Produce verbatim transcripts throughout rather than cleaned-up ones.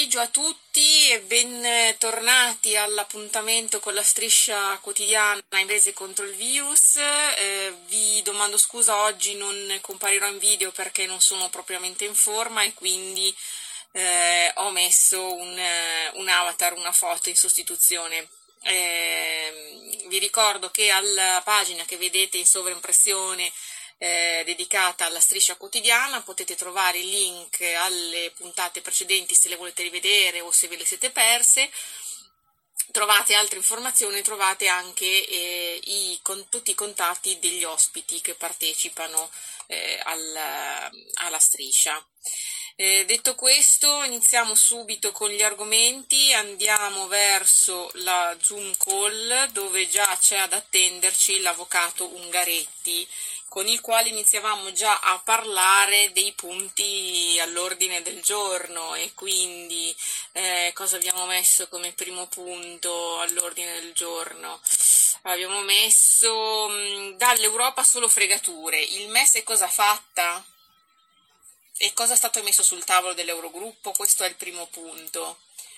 pomeriggio a tutti e bentornati all'appuntamento con la striscia quotidiana Inglese contro il virus. Eh, vi domando scusa, oggi non comparirò in video perché non sono propriamente in forma e quindi eh, ho messo un, eh, un avatar, una foto in sostituzione. Eh, vi ricordo che alla pagina che vedete in sovraimpressione Eh, dedicata alla striscia quotidiana potete trovare il link alle puntate precedenti se le volete rivedere o se ve le siete perse. Trovate altre informazioni, trovate anche eh, i, con, tutti i contatti degli ospiti che partecipano eh, al, alla striscia. Eh, detto questo, iniziamo subito con gli argomenti, andiamo verso la Zoom call dove già c'è ad attenderci l'avvocato Ungaretti, con il quale iniziavamo già a parlare dei punti all'ordine del giorno e quindi eh, cosa abbiamo messo come primo punto all'ordine del giorno? Abbiamo messo mh, dall'Europa solo fregature, il M E S cosa ha fatta? E cosa è stato messo sul tavolo dell'Eurogruppo? Questo è il primo punto.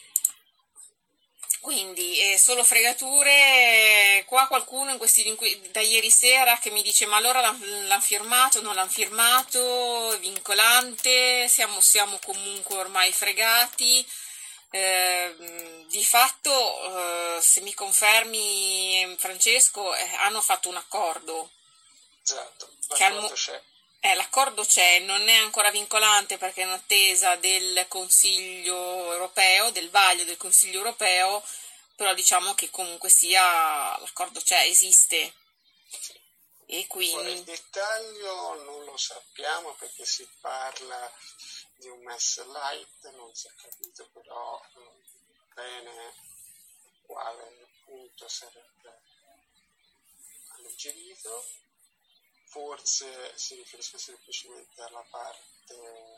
Quindi eh, solo fregature. Qua qualcuno in questi, in que- da ieri sera che mi dice ma allora l'han, l'han firmato, non l'han firmato, è vincolante, siamo, siamo comunque ormai fregati. Eh, di fatto, eh, se mi confermi Francesco, eh, hanno fatto un accordo. Esatto, Che al l'accordo mo- c'è. eh, l'accordo c'è, non è ancora vincolante perché è in attesa del Consiglio europeo, del vaglio del Consiglio europeo, però diciamo che comunque sia l'accordo c'è, esiste. Sì. E Ora il quindi dettaglio non lo sappiamo perché si parla di un M E S light, non si è capito però eh, bene quale punto sarebbe alleggerito. Forse si riferisce semplicemente alla parte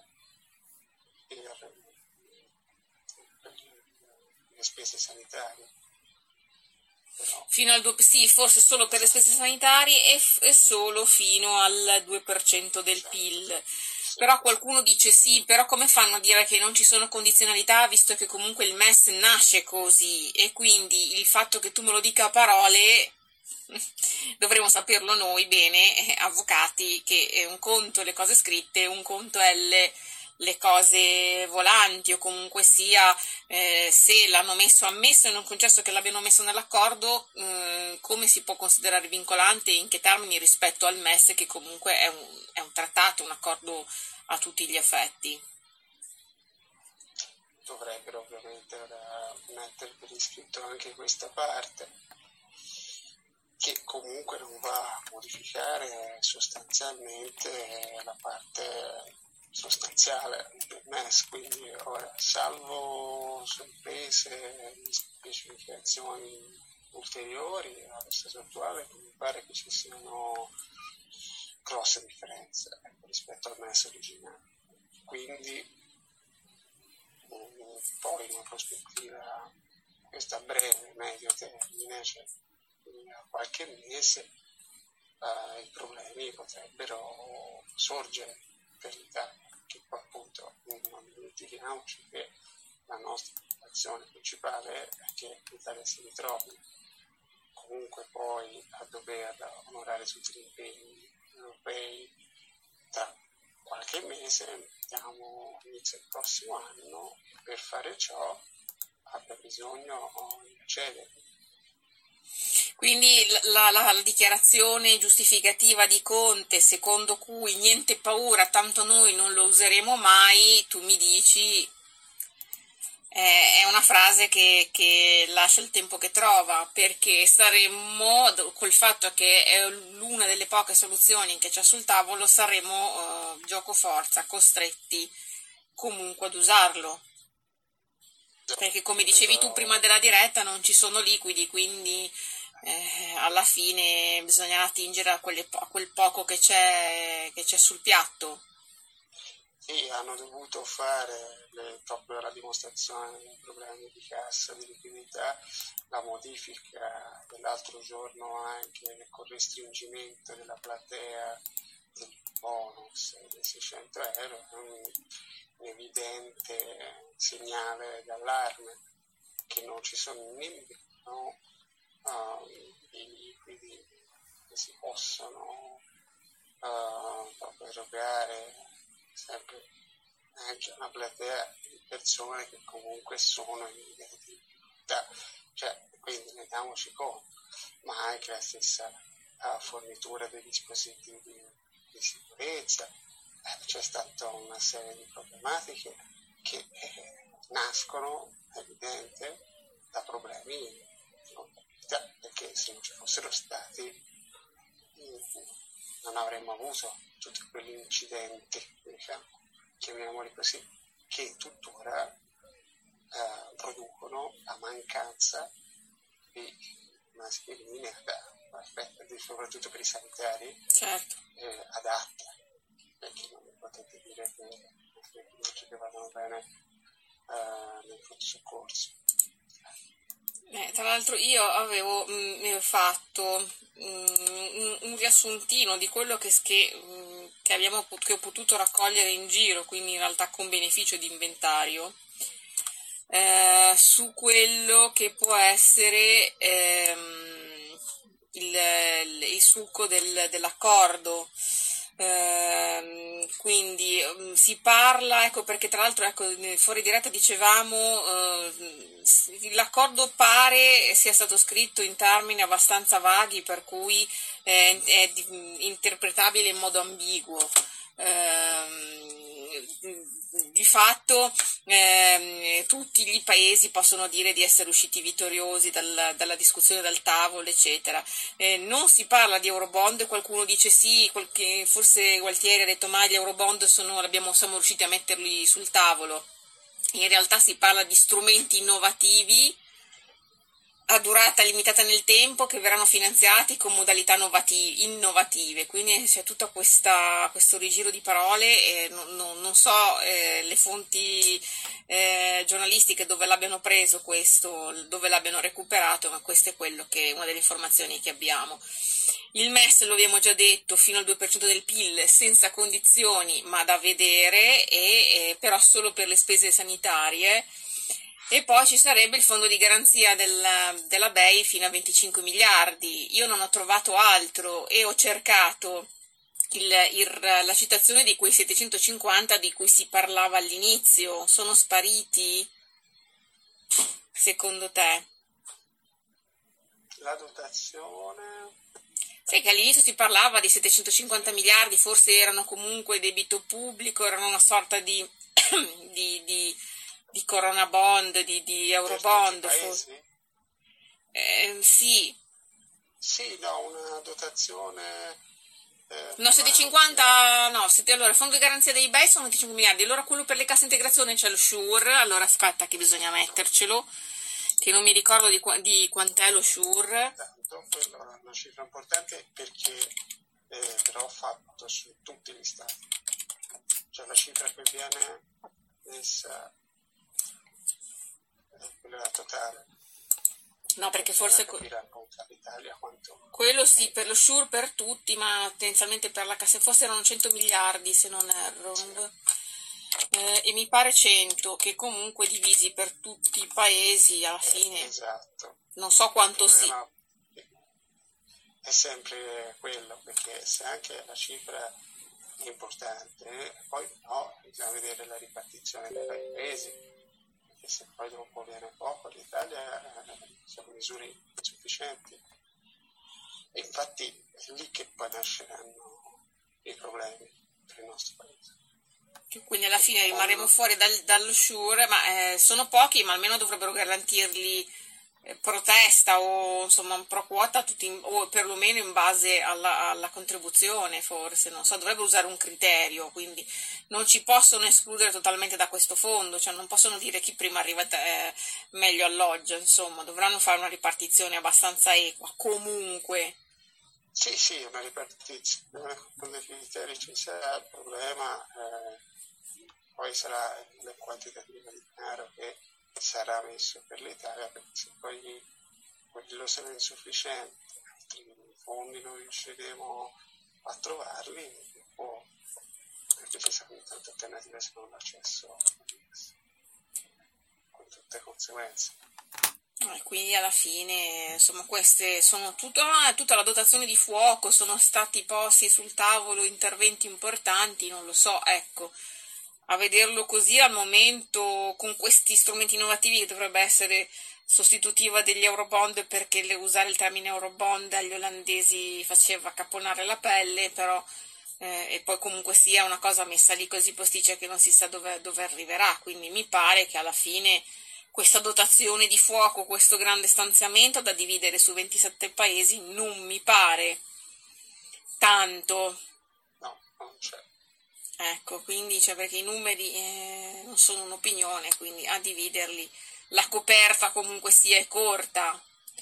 per, per le spese sanitarie. Però, fino al due, sì, forse solo per le spese sanitarie e, f- e solo fino al due per cento del esatto, P I L. sì, Però qualcuno dice sì, però come fanno a dire che non ci sono condizionalità visto che comunque il M E S nasce così e quindi il fatto che tu me lo dica a parole dovremmo saperlo noi bene, eh, avvocati, che è un conto le cose scritte, un conto è le, le cose volanti o comunque sia eh, se l'hanno messo ammesso e non concesso che l'abbiano messo nell'accordo, eh, come si può considerare vincolante e in che termini rispetto al M E S che comunque è un, è un trattato, un accordo a tutti gli effetti. dovrebbero ovviamente ora mettere per iscritto anche questa parte, che comunque non va a modificare sostanzialmente la parte sostanziale del M E S, quindi ora, salvo sorprese di specificazioni ulteriori allo stato attuale, non mi pare che ci siano grosse differenze rispetto al M E S originale. Quindi poi in una prospettiva questa breve, medio termine, cioè a qualche mese, eh, i problemi potrebbero sorgere per l'Italia, che poi appunto non dimentichiamoci che la nostra preoccupazione principale è che l'Italia si ritrovi comunque poi a dover onorare tutti gli impegni europei tra qualche mese, mettiamo inizio del prossimo anno, e per fare ciò abbia bisogno di accedere. Quindi la, la, la dichiarazione giustificativa di Conte, secondo cui niente paura, tanto noi non lo useremo mai, tu mi dici, eh, è una frase che, che lascia il tempo che trova, perché saremmo, col fatto che è l'una delle poche soluzioni che c'è sul tavolo, saremmo eh, gioco forza, costretti comunque ad usarlo. Perché come dicevi tu prima della diretta non ci sono liquidi, quindi eh, alla fine bisognerà attingere a, quelle, a quel poco che c'è, che c'è sul piatto. Sì, hanno dovuto fare le, proprio la dimostrazione dei problemi di cassa, di liquidità, la modifica dell'altro giorno anche con il restringimento della platea del bonus dei seicento euro, è un, un evidente segnale d'allarme che non ci sono nemmeno uh, i liquidi che si possono uh, proprio erogare sempre anche una platea di persone che comunque sono in difficoltà, cioè, quindi rendiamoci conto, ma anche la stessa uh, fornitura dei dispositivi di sicurezza, eh, c'è stata una serie di problematiche che eh, nascono, è evidente, da problemi di contabilità, perché se non ci fossero stati mh, non avremmo avuto tutti quegli incidenti, diciamo, chiamiamoli così, che tuttora eh, producono la mancanza di mascherine adatte, soprattutto per i sanitari, certo. eh, adatte, perché non mi potete dire che le mascherine che vanno bene eh, nel pronto soccorso. Eh, tra l'altro io avevo mh, fatto mh, un, un riassuntino di quello che, che, mh, che, abbiamo, che ho potuto raccogliere in giro, quindi in realtà con beneficio di inventario, eh, su quello che può essere ehm, il, il, il succo del, dell'accordo. Uh, quindi um, si parla, ecco perché tra l'altro ecco, fuori diretta dicevamo uh, l'accordo pare sia stato scritto in termini abbastanza vaghi, per cui eh, è di, interpretabile in modo ambiguo. Uh, di fatto eh, tutti i paesi possono dire di essere usciti vittoriosi dal, dalla discussione dal tavolo, eccetera. Eh, non si parla di Eurobond, qualcuno dice sì, qualche, forse Gualtieri ha detto ma gli Eurobond sono, l'abbiamo, siamo riusciti a metterli sul tavolo. In realtà si parla di strumenti innovativi a durata limitata nel tempo che verranno finanziati con modalità novati- innovative, quindi c'è tutta questa, questo rigiro di parole e non, non, non so eh, le fonti eh, giornalistiche dove l'abbiano preso questo, dove l'abbiano recuperato, ma questo è quello che una delle informazioni che abbiamo. Il M E S, lo abbiamo già detto, fino al due per cento del P I L senza condizioni, ma da vedere, e, e però solo per le spese sanitarie. E poi ci sarebbe il fondo di garanzia del, della B E I fino a venticinque miliardi. Io non ho trovato altro e ho cercato il, il, la citazione di quei settecentocinquanta di cui si parlava all'inizio. Sono spariti, secondo te? La dotazione... Sai che all'inizio si parlava di settecentocinquanta miliardi, forse erano comunque debito pubblico, erano una sorta di... di, di di Corona Bond, di, di Eurobond, forse. Eh, sì. Sì, no, una dotazione... Eh, no, settecentocinquanta, no, sette, allora, il fondo di garanzia dei B E I sono venticinque miliardi, allora quello per le casse integrazione c'è lo SURE, allora aspetta che bisogna mettercelo, che non mi ricordo di, di quant'è lo SURE. Tanto, quella è una cifra importante perché eh, però fatto su tutti gli stati, cioè la cifra che viene messa quella totale. No, perché forse que- l'Italia quanto quello sì, per lo SURE per tutti, ma tendenzialmente per la cassa forse erano cento miliardi se non erro. Sì. Eh, e mi pare cento, che comunque divisi per tutti i paesi alla fine. Eh, esatto. Non so quanto sia. È sempre quello, perché se anche la cifra è importante, poi no, bisogna vedere la ripartizione dei vari paesi. E se poi dopo viene poco, l'Italia eh, sono misure insufficienti. E infatti è lì che poi nasceranno i problemi per il nostro paese. Quindi alla fine rimarremo fuori dal, dallo SURE, ma eh, sono pochi, ma almeno dovrebbero garantirli eh, protesta o insomma un pro quota, tutti in, o perlomeno in base alla, alla contribuzione, forse, non so, dovrebbero usare un criterio, quindi non ci possono escludere totalmente da questo fondo, cioè non possono dire chi prima arriva eh, meglio alloggia, insomma, dovranno fare una ripartizione abbastanza equa, comunque. Sì, sì, una ripartizione con dei criteri ci sarà, il problema eh, poi sarà il quantitativo di denaro che sarà messo per l'Italia, perché se poi quello sarà insufficiente, altri fondi non riusciremo a trovarli, può, perché ci saranno tante alternative se non l'accesso a questo. brutte conseguenze. E quindi alla fine, insomma, queste sono tutta, tutta la dotazione di fuoco, sono stati posti sul tavolo interventi importanti, non lo so, ecco, a vederlo così al momento con questi strumenti innovativi che dovrebbe essere sostitutiva degli Eurobond, perché le, usare il termine Eurobond agli olandesi faceva caponare la pelle, però eh, e poi comunque sia una cosa messa lì così posticcia che non si sa dove, dove arriverà, quindi mi pare che alla fine questa dotazione di fuoco, questo grande stanziamento da dividere su ventisette paesi non mi pare tanto. No, non c'è. Ecco, quindi cioè, perché i numeri eh, non sono un'opinione, quindi a dividerli la coperta comunque sia è corta.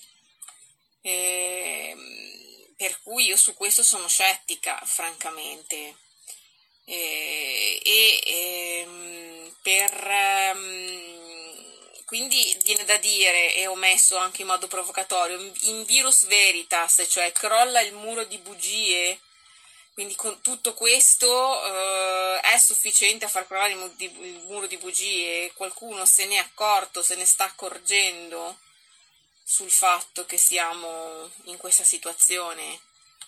E, per cui io su questo sono scettica, francamente. E, e, e per... Um, quindi viene da dire, e ho messo anche in modo provocatorio, in virus veritas, cioè crolla il muro di bugie, quindi con tutto questo eh, è sufficiente a far crollare il, mu- di, il muro di bugie, qualcuno se ne è accorto, se ne sta accorgendo sul fatto che siamo in questa situazione?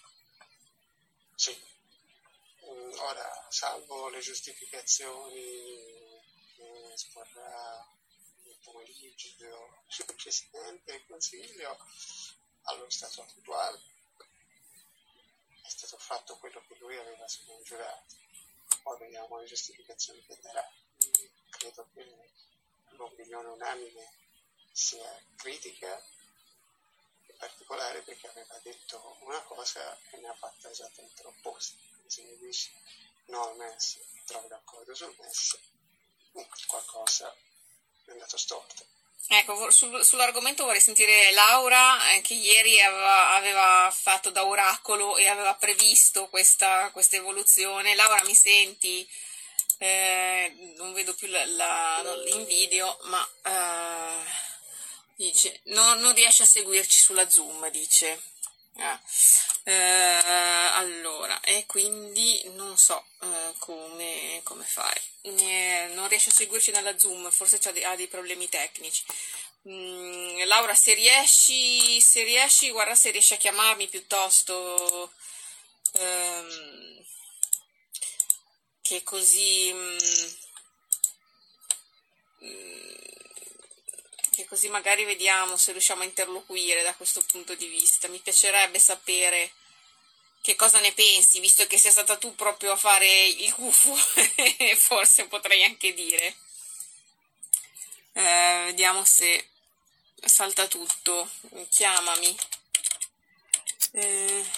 Sì. Ora, salvo le giustificazioni che esporrà pomeriggio il Presidente del Consiglio, allo stato attuale è stato fatto quello che lui aveva scongiurato. Poi vediamo le giustificazioni che darà. Credo che l'opinione unanime sia critica, in particolare perché aveva detto una cosa e ne ha fatta esattamente l'opposto. Se mi dici no al M E S, mi trovi d'accordo sul M E S, qualcosa è andato storto. Ecco, sul, sull'argomento vorrei sentire Laura, eh, che ieri aveva, aveva fatto da oracolo e aveva previsto questa, questa evoluzione. Laura, mi senti? Eh, non vedo più la, la, in video, ma eh, dice, no, non riesce a seguirci sulla Zoom, dice. Ah. Eh, allora, e quindi non so eh, come, come fare. Eh, non riesce a seguirci nella Zoom, forse c'ha dei, ha dei problemi tecnici. Mm, Laura, se riesci, se riesci, guarda se riesci a chiamarmi piuttosto, ehm, che così... Mm, che così magari vediamo se riusciamo a interloquire da questo punto di vista. Mi piacerebbe sapere che cosa ne pensi, visto che sei stata tu proprio a fare il gufo, forse potrei anche dire. Eh, vediamo se salta tutto. Chiamami. Eh,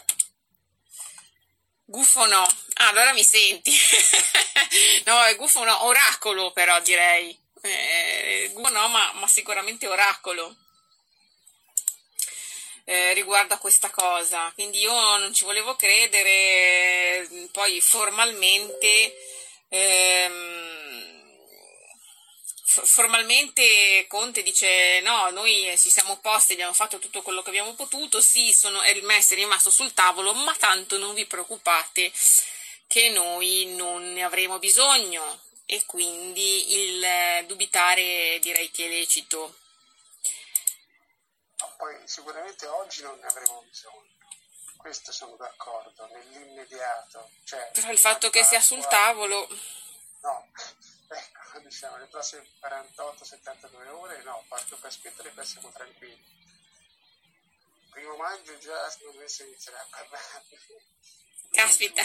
gufo no. Ah, allora mi senti. No, è gufo no, oracolo però direi. Eh, no, ma, ma sicuramente oracolo eh, riguardo a questa cosa, quindi io non ci volevo credere, poi formalmente ehm, formalmente Conte dice no, noi ci siamo opposti, abbiamo fatto tutto quello che abbiamo potuto, sì, sono, il M E S è rimasto sul tavolo, ma tanto non vi preoccupate che noi non ne avremo bisogno. E quindi il dubitare direi che è lecito. Ma poi sicuramente oggi non ne avremo bisogno, questo sono d'accordo, nell'immediato. Cioè, però il fatto che sia sul tavolo... No, ecco, diciamo, le prossime quarantotto settantadue ore no, qualche aspetto poi siamo tranquilli. Primo maggio già secondo me si inizierà a parlare. Caspita,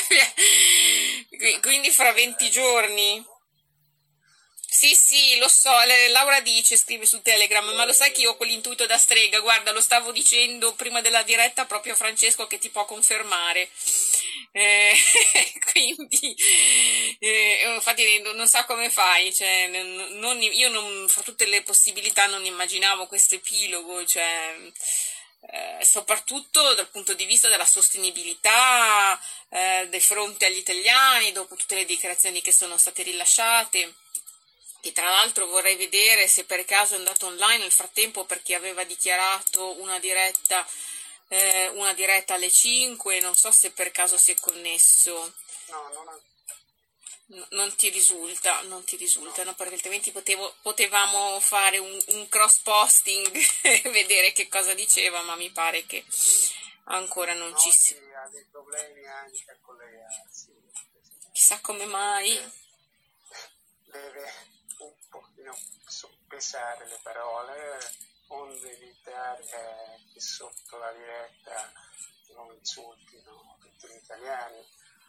quindi fra venti giorni? Sì, sì, lo so, Laura dice, scrive su Telegram, ma lo sai che io ho quell'intuito da strega, guarda, lo stavo dicendo prima della diretta proprio a Francesco che ti può confermare. Eh, quindi, eh, infatti non so come fai, cioè, non, io non, fra tutte le possibilità non immaginavo questo epilogo, cioè... Eh, soprattutto dal punto di vista della sostenibilità eh, di fronte agli italiani dopo tutte le dichiarazioni che sono state rilasciate, che tra l'altro vorrei vedere se per caso è andato online nel frattempo, perché aveva dichiarato una diretta eh, una diretta alle cinque, non so se per caso si è connesso. No, non è... N- non ti risulta, non ti risulta, no? Perché altrimenti potevo- potevamo fare un, un cross posting e vedere che cosa diceva, ma mi pare che ancora non ci Oggi sia. ha dei problemi anche a collegarsi. Chissà come mai. Deve un pochino soppesare le parole, onde evitare che sotto la diretta non insultino tutti gli italiani,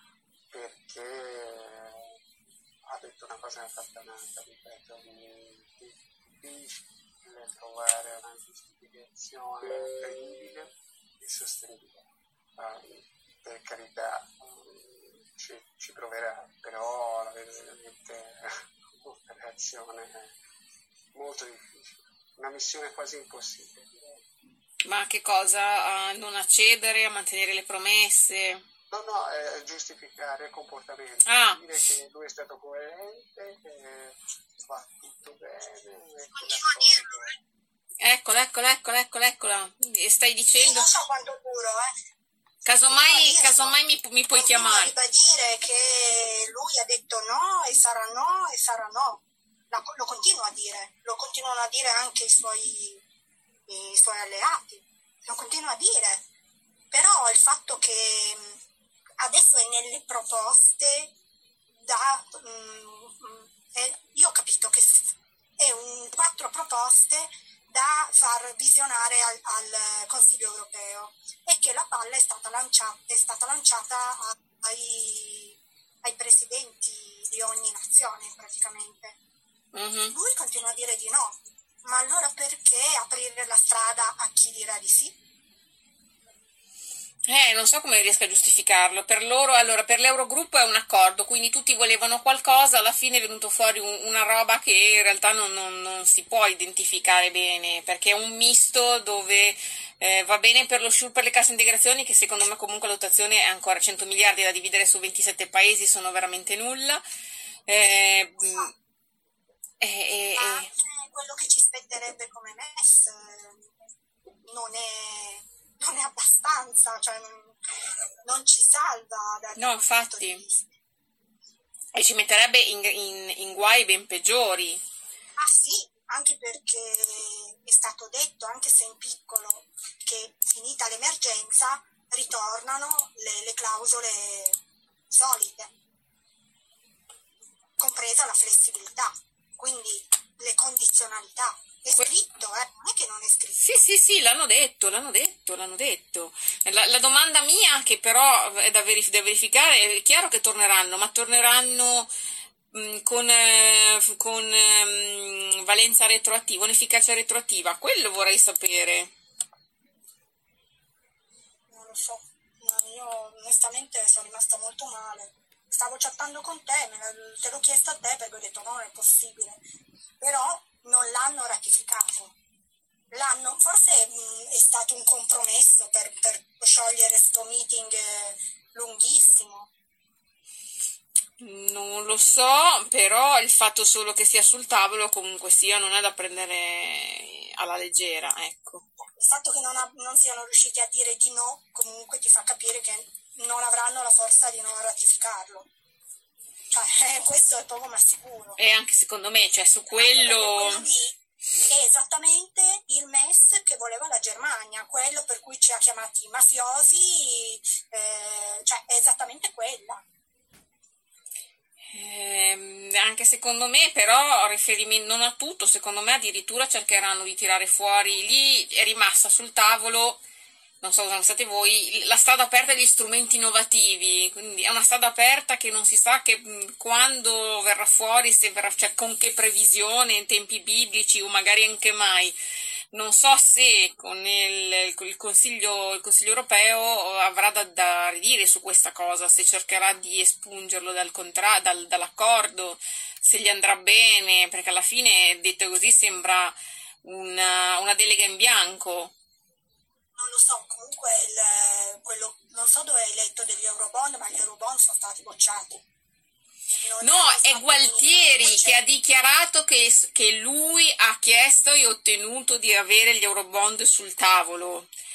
perché ha detto una cosa infattanata, ripeto, è difficile trovare una giustificazione credibile e sostenibile. Uh, per carità, um, ci, ci proverà, però la vedo veramente un'operazione molto difficile, una missione quasi impossibile, direi. Ma che cosa? A non accedere, a mantenere le promesse? No, no, è giustificare il comportamento, Ah, dire che lui è stato coerente, che va tutto bene, e che l'accordo... eccola, eccola, eccola, eccola, eccola. E stai Sì, dicendo? non so quanto duro, eh. Casomai, No, casomai mi, mi puoi continuo a chiamare. ribadire che lui ha detto no e sarà no e sarà no. La- lo continua a dire, lo continuano a dire anche i suoi, i suoi alleati, lo continua a dire. Però il fatto che mh, adesso è nelle proposte da... mh, è- io ho capito che s- è un quattro proposte da far visionare al, al Consiglio europeo e che la palla è stata lanciata, è stata lanciata a- ai, ai presidenti di ogni nazione praticamente. Mhm. Lui continua a dire di no, ma allora perché aprire la strada a chi dirà di sì? Eh, non so come riesco a giustificarlo. Per loro, allora, per l'Eurogruppo è un accordo, quindi tutti volevano qualcosa, alla fine è venuto fuori un- una roba che in realtà non, non- non si può identificare bene, perché è un misto dove eh, va bene per lo SURE, per le casse integrazioni, che secondo me comunque la dotazione è ancora cento miliardi da dividere su ventisette paesi, sono veramente nulla. Eh, mm, eh, eh, Ma eh. anche quello che ci spetterebbe come M E S eh, non è, non è abbastanza, cioè non, non ci salva da, da No, quel punto di infatti, vista. e ci metterebbe in, in, in guai ben peggiori. Ah sì, anche perché è stato detto, anche se in piccolo, che finita l'emergenza ritornano le, le clausole solite, compresa la flessibilità, quindi le condizionalità. È Que- scritto, eh? Non è che non è scritto. Sì, sì, sì, l'hanno detto, l'hanno detto, l'hanno detto. La, la domanda mia, che però è da, verif- da verificare, è chiaro che torneranno, ma torneranno mh, con, eh, f- con ehm, valenza retroattiva, un'efficacia retroattiva. Quello vorrei sapere. Non lo so, no, io onestamente sono rimasta molto male. Stavo chattando con te, me la- te l'ho chiesto a te perché ho detto no, non è possibile. Però non l'hanno ratificato. L'hanno, forse mh, è stato un compromesso per, per sciogliere sto meeting eh, lunghissimo. Non lo so, però il fatto solo che sia sul tavolo comunque sia non è da prendere alla leggera, ecco. Il fatto che non, ha- non siano riusciti a dire di no comunque ti fa capire che non avranno la forza di non ratificarlo. Cioè, questo è poco ma sicuro. E anche secondo me, cioè su Anche perché quello... quello lì è esattamente il M E S che voleva la Germania, quello per cui ci ha chiamati mafiosi, eh, cioè è esattamente quella. Ehm, anche secondo me, però, riferimento non a tutto, secondo me addirittura cercheranno di tirare fuori, lì è rimasta sul tavolo, non so cosa ne pensate voi, la strada aperta agli strumenti innovativi, quindi è una strada aperta che non si sa che, mh, quando verrà fuori, se verrà, cioè, con che previsione, in tempi biblici o magari anche mai. Non so se con il, il Consiglio, il Consiglio europeo avrà da, da ridire su questa cosa, se cercherà di espungerlo dal contra- dal- dall'accordo, se gli andrà bene, perché alla fine, detto così, sembra una, una delega in bianco. Non lo so, comunque il, quello, non so dove hai letto degli Eurobond, ma gli Eurobond sono stati bocciati. Non No, hanno è fatto Gualtieri minimamente, che ha dichiarato che, che lui ha chiesto e ottenuto di avere gli Eurobond sul tavolo.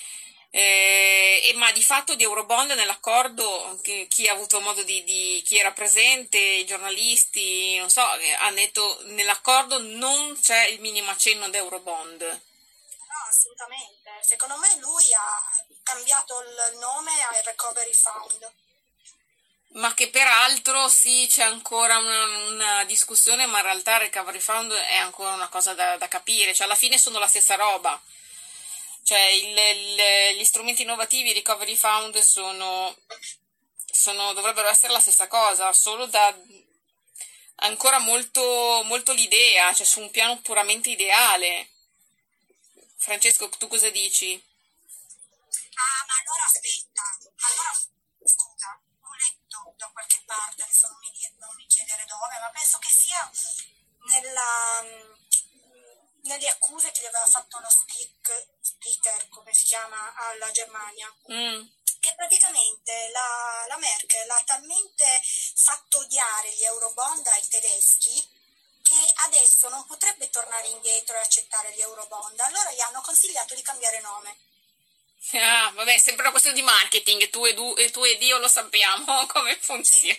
Eh, e ma di fatto di Eurobond nell'accordo, che, chi ha avuto modo di, di chi era presente, i giornalisti, non so, eh, hanno detto nell'accordo non c'è il minimo accenno di Eurobond. No, assolutamente. Secondo me lui ha cambiato il nome al Recovery Fund. Ma che peraltro sì, c'è ancora una, una discussione, ma in realtà il Recovery Fund è ancora una cosa da, da capire, cioè alla fine sono la stessa roba. Cioè il, il, gli strumenti innovativi Recovery Fund sono, sono, dovrebbero essere la stessa cosa, solo da ancora molto, molto l'idea, cioè su un piano puramente ideale. Francesco, tu cosa dici? Ah, ma allora aspetta, allora scusa, ho letto da qualche parte, adesso non mi, di- non mi chiedere dove, ma penso che sia nella, mh, nelle accuse che gli aveva fatto lo speak, speaker, come si chiama, alla Germania, Mm. che praticamente la, la Merkel ha talmente fatto odiare gli Eurobond ai tedeschi che adesso non potrebbe tornare indietro e accettare gli Eurobond, allora gli hanno consigliato di cambiare nome. Ah, vabbè, è sempre una questione di marketing, tu e, du- e tu ed io lo sappiamo come funziona.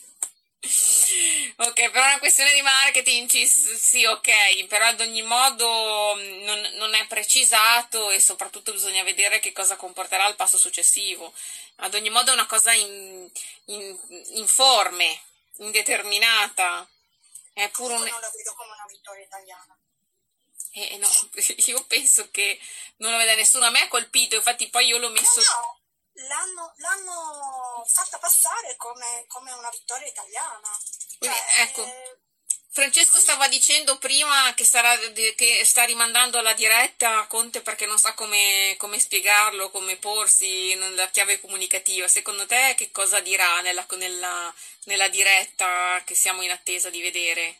Ok, però è una questione di marketing, ci- sì, ok, però ad ogni modo mh, non, non è precisato e soprattutto bisogna vedere che cosa comporterà il passo successivo. Ad ogni modo è una cosa in- in- informe, indeterminata, è pure un... Comunque non la vedo come una vittoria italiana. Eh, no, io penso che non lo veda nessuno, a me ha colpito, infatti poi io l'ho messo... No, no, l'hanno, l'hanno fatta passare come, come una vittoria italiana. Quindi, Cioè, ecco, eh, Francesco sì, stava dicendo prima che, sarà, che sta rimandando alla diretta a Conte perché non sa come, come spiegarlo, come porsi nella chiave comunicativa. Secondo te che cosa dirà nella, nella, nella diretta che siamo in attesa di vedere?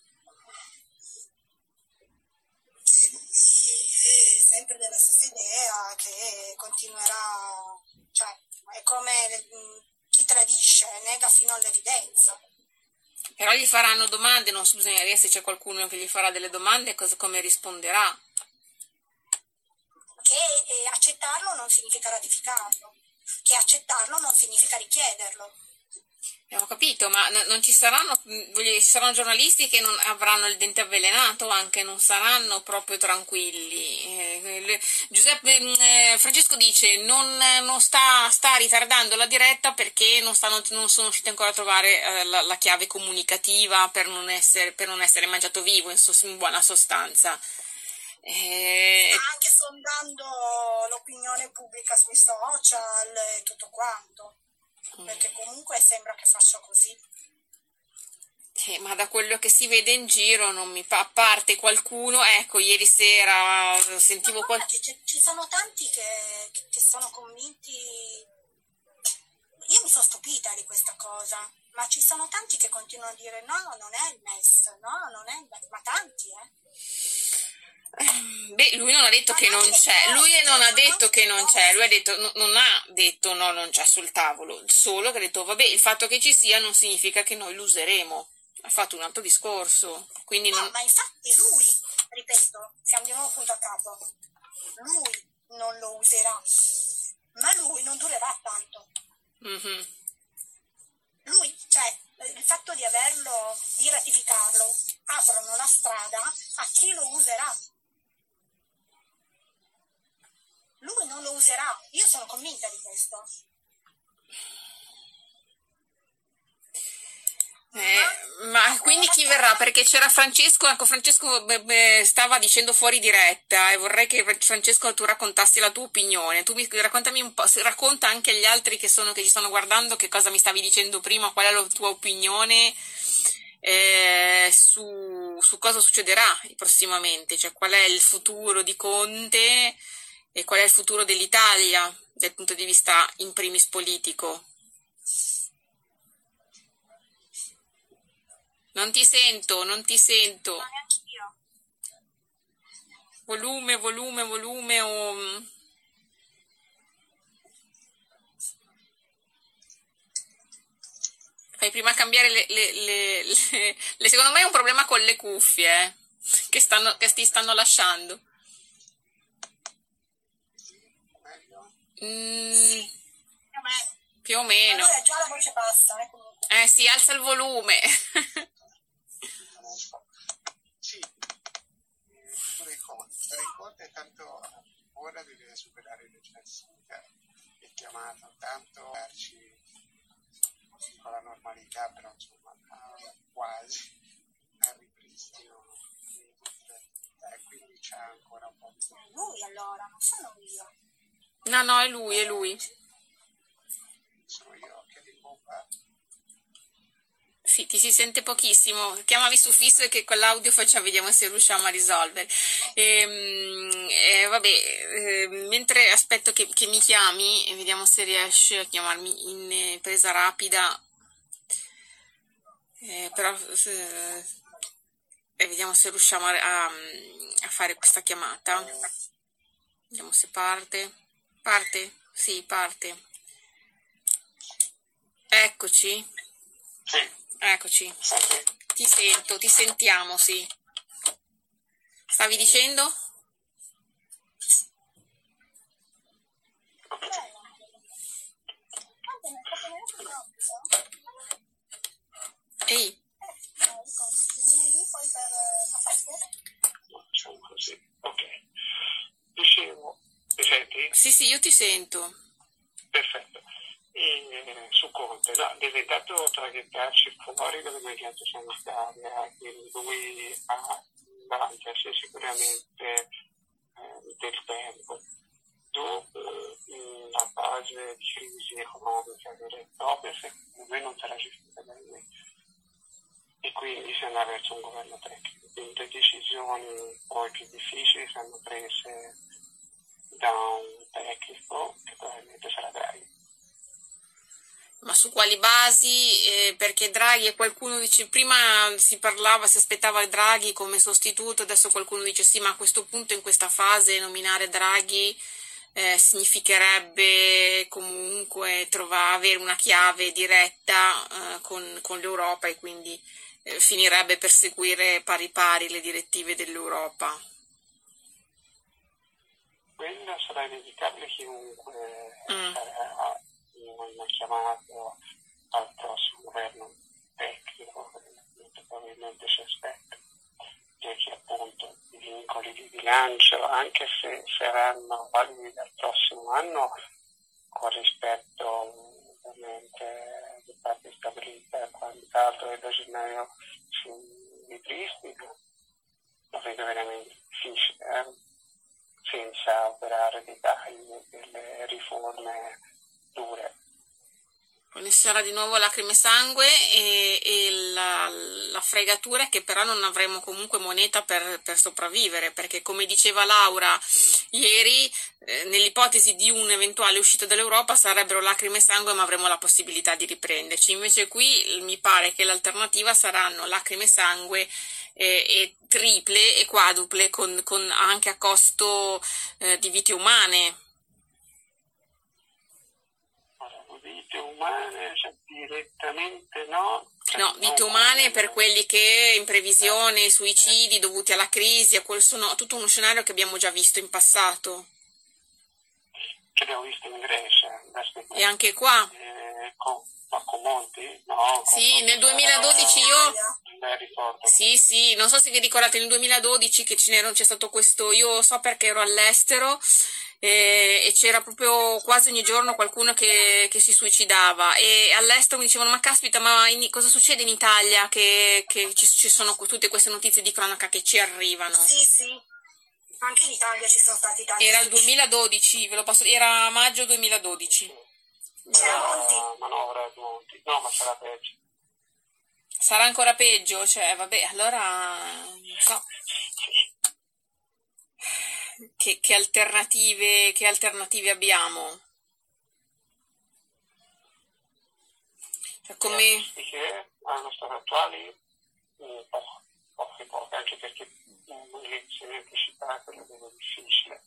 sì, è sempre della stessa idea che continuerà, cioè, è come mh, chi tradisce, nega fino all'evidenza. Però gli faranno domande, non so, bisogna vedere se c'è qualcuno che gli farà delle domande e cosa, come risponderà. Che eh, accettarlo non significa ratificarlo, che accettarlo non significa richiederlo. Eh, ho capito, ma n- non ci saranno, mh, voglio dire, ci saranno giornalisti che non avranno il dente avvelenato anche, non saranno proprio tranquilli. Eh, le- Giuseppe, mh, eh, Francesco dice non, eh, non sta, sta ritardando la diretta perché non, stanno, non sono riusciti ancora a trovare eh, la, la chiave comunicativa per non essere, per non essere mangiato vivo, in, sos- in buona sostanza. Eh, Sta anche sondando l'opinione pubblica sui social e tutto quanto, perché comunque sembra che faccia così. Eh, ma da quello che si vede in giro non mi fa, a parte qualcuno, ecco, ieri sera eh, Ma sentivo guarda qual... che ci, ci sono tanti che, che sono convinti, io mi sono stupita di questa cosa, ma ci sono tanti che continuano a dire no, non è il M E S, no, non è il M E S, ma tanti, eh. Beh, lui non ha detto Ma che non neanche le c'è, lui cose, non ha ma detto neanche che le non c'è, lui ha cose. detto, no- non ha detto no, non c'è sul tavolo, solo che ha detto vabbè, il fatto che ci sia non significa che noi lo useremo. Ha fatto un altro discorso, quindi No, non... ma infatti lui, ripeto, siamo di nuovo punto a capo, lui non lo userà, ma lui non durerà tanto. Mhm. Lui, cioè, il fatto di averlo, di ratificarlo, aprono la strada a chi lo userà. Lui non lo userà, io sono convinta di questo. Eh, ma quindi chi verrà? Perché c'era Francesco, ecco Francesco beh, beh, stava dicendo fuori diretta e vorrei che Francesco tu raccontassi la tua opinione. Tu mi raccontami un po', se- racconta anche agli altri che sono che ci stanno guardando che cosa mi stavi dicendo prima, qual è la tua opinione eh, su, su cosa succederà prossimamente, cioè qual è il futuro di Conte e qual è il futuro dell'Italia dal punto di vista in primis politico. Non ti sento, non ti sento. Ma neanche io. Volume, volume, volume o... Fai prima cambiare le, le, le, le- le- Secondo me è un problema con le cuffie, eh, che, stanno, che ti stanno lasciando. Meglio? Mm, più o meno. più o meno. Allora già la voce bassa, eh, comunque. Eh sì, alza il volume. Sì, pure il conto. Per il conto è tanto ora deve superare le censure e chiamato tanto darci con la normalità, però insomma quasi al ripristino di tutte le attività e quindi c'è ancora un po' di È lui allora, non sono io. No, no, è lui, è lui. sono io che di bomba. Sì, ti si sente pochissimo. Chiamami su fisso e che con l'audio facciamo, vediamo se riusciamo a risolvere. Ehm, eh, vabbè, eh, mentre aspetto che, che mi chiami, e vediamo se riesci a chiamarmi in eh, presa rapida. Eh, però eh, e vediamo se riusciamo a, a, a fare questa chiamata. Vediamo se parte. Parte? Sì, parte. Eccoci. Sì, Eccoci. senti? Ti sento, ti sentiamo, sì. Stavi dicendo? Ehi, Facciamo così, ok. Dicevo, mi senti? sì, sì, io ti sento. Perfetto. E, su Conte, no, deve intanto traghettarci fuori dall'emergenza sanitaria, quindi lui ha davanti a sé sicuramente eh, del tempo. Dopo la fase di crisi economica vera e propria, secondo me non sarà gestita da lui e quindi si andrà verso un governo tecnico. Quindi le decisioni poi più difficili saranno prese da un tecnico che probabilmente sarà Draghi. Ma su quali basi? Eh, perché Draghi e qualcuno dice, prima si parlava, si aspettava Draghi come sostituto, adesso qualcuno dice sì, ma a questo punto, in questa fase, nominare Draghi eh, significherebbe comunque trovare, avere una chiave diretta eh, con, con l'Europa e quindi eh, finirebbe per seguire pari pari le direttive dell'Europa. Quella sarà inevitabile, chiunque Mm. sarà non chiamato al prossimo governo tecnico, probabilmente si aspetta, perché appunto i vincoli di bilancio, anche se saranno validi dal prossimo anno, con rispetto ovviamente di parte di stabilità e quant'altro e da gennaio si ripristina, lo vedo veramente difficile, eh? senza operare dei tagli e delle riforme dure. Quindi sarà di nuovo lacrime e sangue e, e la, la fregatura è che però non avremo comunque moneta per, per sopravvivere, perché come diceva Laura ieri, eh, nell'ipotesi di un'eventuale uscita dall'Europa sarebbero lacrime e sangue, ma avremo la possibilità di riprenderci. Invece qui mi pare che l'alternativa saranno lacrime e sangue eh, e triple e quadruple con, con anche a costo eh, di vite umane. Vite umane, cioè, direttamente no. Cioè, No, vite umane per quelli che in previsione, suicidi dovuti alla crisi, a quel sono tutto uno scenario che abbiamo già visto in passato. Che abbiamo visto in Grecia. E anche qua. Eh, con, ma con Monti? No. Sì, nel duemiladodici io... ricordo. Sì, sì, non so se vi ricordate nel duemiladodici che c'è stato questo, io so perché ero all'estero e, e c'era proprio quasi ogni giorno qualcuno che, che si suicidava e all'estero mi dicevano ma caspita, ma in, cosa succede in Italia che, che ci, ci sono tutte queste notizie di cronaca che ci arrivano? Sì, sì, anche in Italia ci sono stati tanti. Era il duemiladodici, ve lo posso dire, era maggio duemiladodici. C'era Monti? Manovra Monti, no, ma sarà peggio. Sarà ancora peggio, cioè vabbè, allora non so che, che alternative che alternative abbiamo? Cioè, come Le allo stato attuali poche, poche, poche, anche perché le elezioni anticipate lo vedo difficile.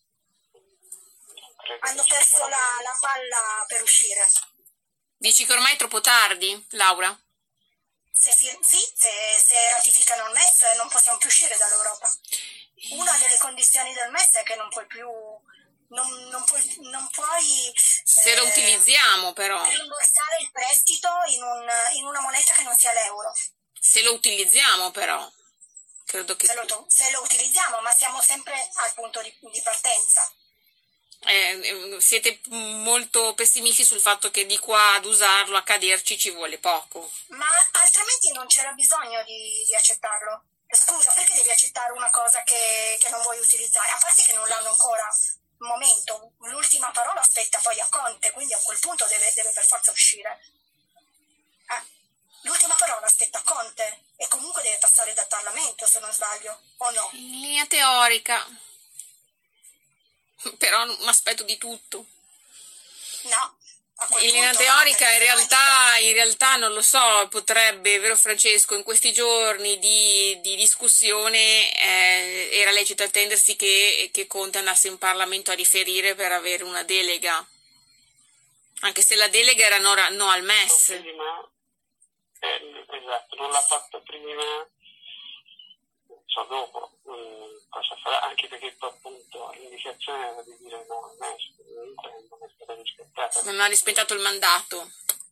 Hanno perso la, la palla per uscire. Dici che ormai è troppo tardi, Laura? Se, sì, se, se ratificano il M E S non possiamo più uscire dall'Europa. Una delle condizioni del M E S è che non puoi più non, non puoi, non puoi se lo eh, utilizziamo però. rimborsare il prestito in, un, in una moneta che non sia l'euro. Se lo utilizziamo però, credo che... Se lo, se lo utilizziamo, ma siamo sempre al punto di, di partenza. Eh, siete molto pessimisti sul fatto che di qua ad usarlo, a caderci, ci vuole poco. Ma altrimenti non c'era bisogno di, di accettarlo. Scusa, perché devi accettare una cosa che, che non vuoi utilizzare? A parte che non l'hanno ancora, un momento, l'ultima parola aspetta poi a Conte, quindi a quel punto deve, deve per forza uscire. Eh, l'ultima parola aspetta a Conte e comunque deve passare dal Parlamento, se non sbaglio, o no? In linea teorica, però mi aspetto di tutto. No. In linea teorica, in realtà, in realtà non lo so, potrebbe, vero Francesco, in questi giorni di, di discussione eh, era lecito attendersi che, che Conte andasse in Parlamento a riferire per avere una delega, anche se la delega era no, no al M E S. Prima, eh, esatto, non l'ha fatto prima, non so dopo um, cosa farà, anche perché poi appunto l'indicazione era di dire no al M E S, comunque non è stata rispettata. Non ha rispettato il mandato.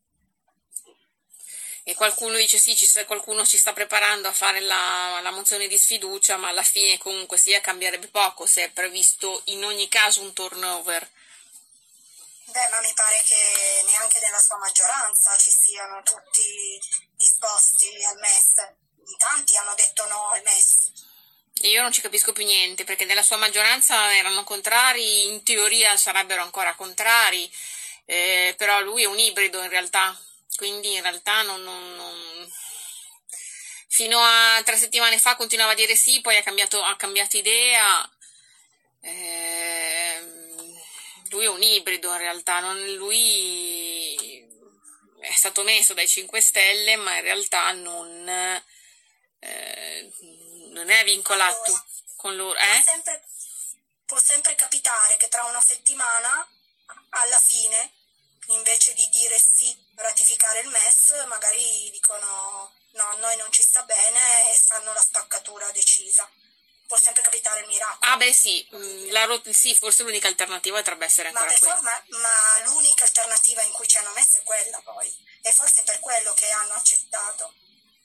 E qualcuno dice sì, ci sta, qualcuno ci sta preparando a fare la, la mozione di sfiducia, ma alla fine comunque sia cambierebbe poco se è previsto in ogni caso un turnover. Beh, ma mi pare che neanche nella sua maggioranza ci siano tutti disposti al M E S. In tanti hanno detto no al M E S. Io non ci capisco più niente, perché nella sua maggioranza erano contrari, in teoria sarebbero ancora contrari, eh, però lui è un ibrido in realtà, quindi in realtà non, non, non... fino a tre settimane fa continuava a dire sì, poi ha cambiato, ha cambiato idea, eh, lui è un ibrido in realtà, non, lui è stato messo dai cinque Stelle, ma in realtà non... Eh, non è vincolato allora, con loro, eh? Può sempre, può sempre capitare che tra una settimana, alla fine, invece di dire sì, ratificare il M E S, magari dicono no, a noi non ci sta bene e fanno la spaccatura decisa. Può sempre capitare il miracolo. Ah beh sì, la rot- sì, forse l'unica alternativa potrebbe essere ancora ma quella. Ma, ma l'unica alternativa in cui ci hanno messo è quella poi, e forse è per quello che hanno accettato.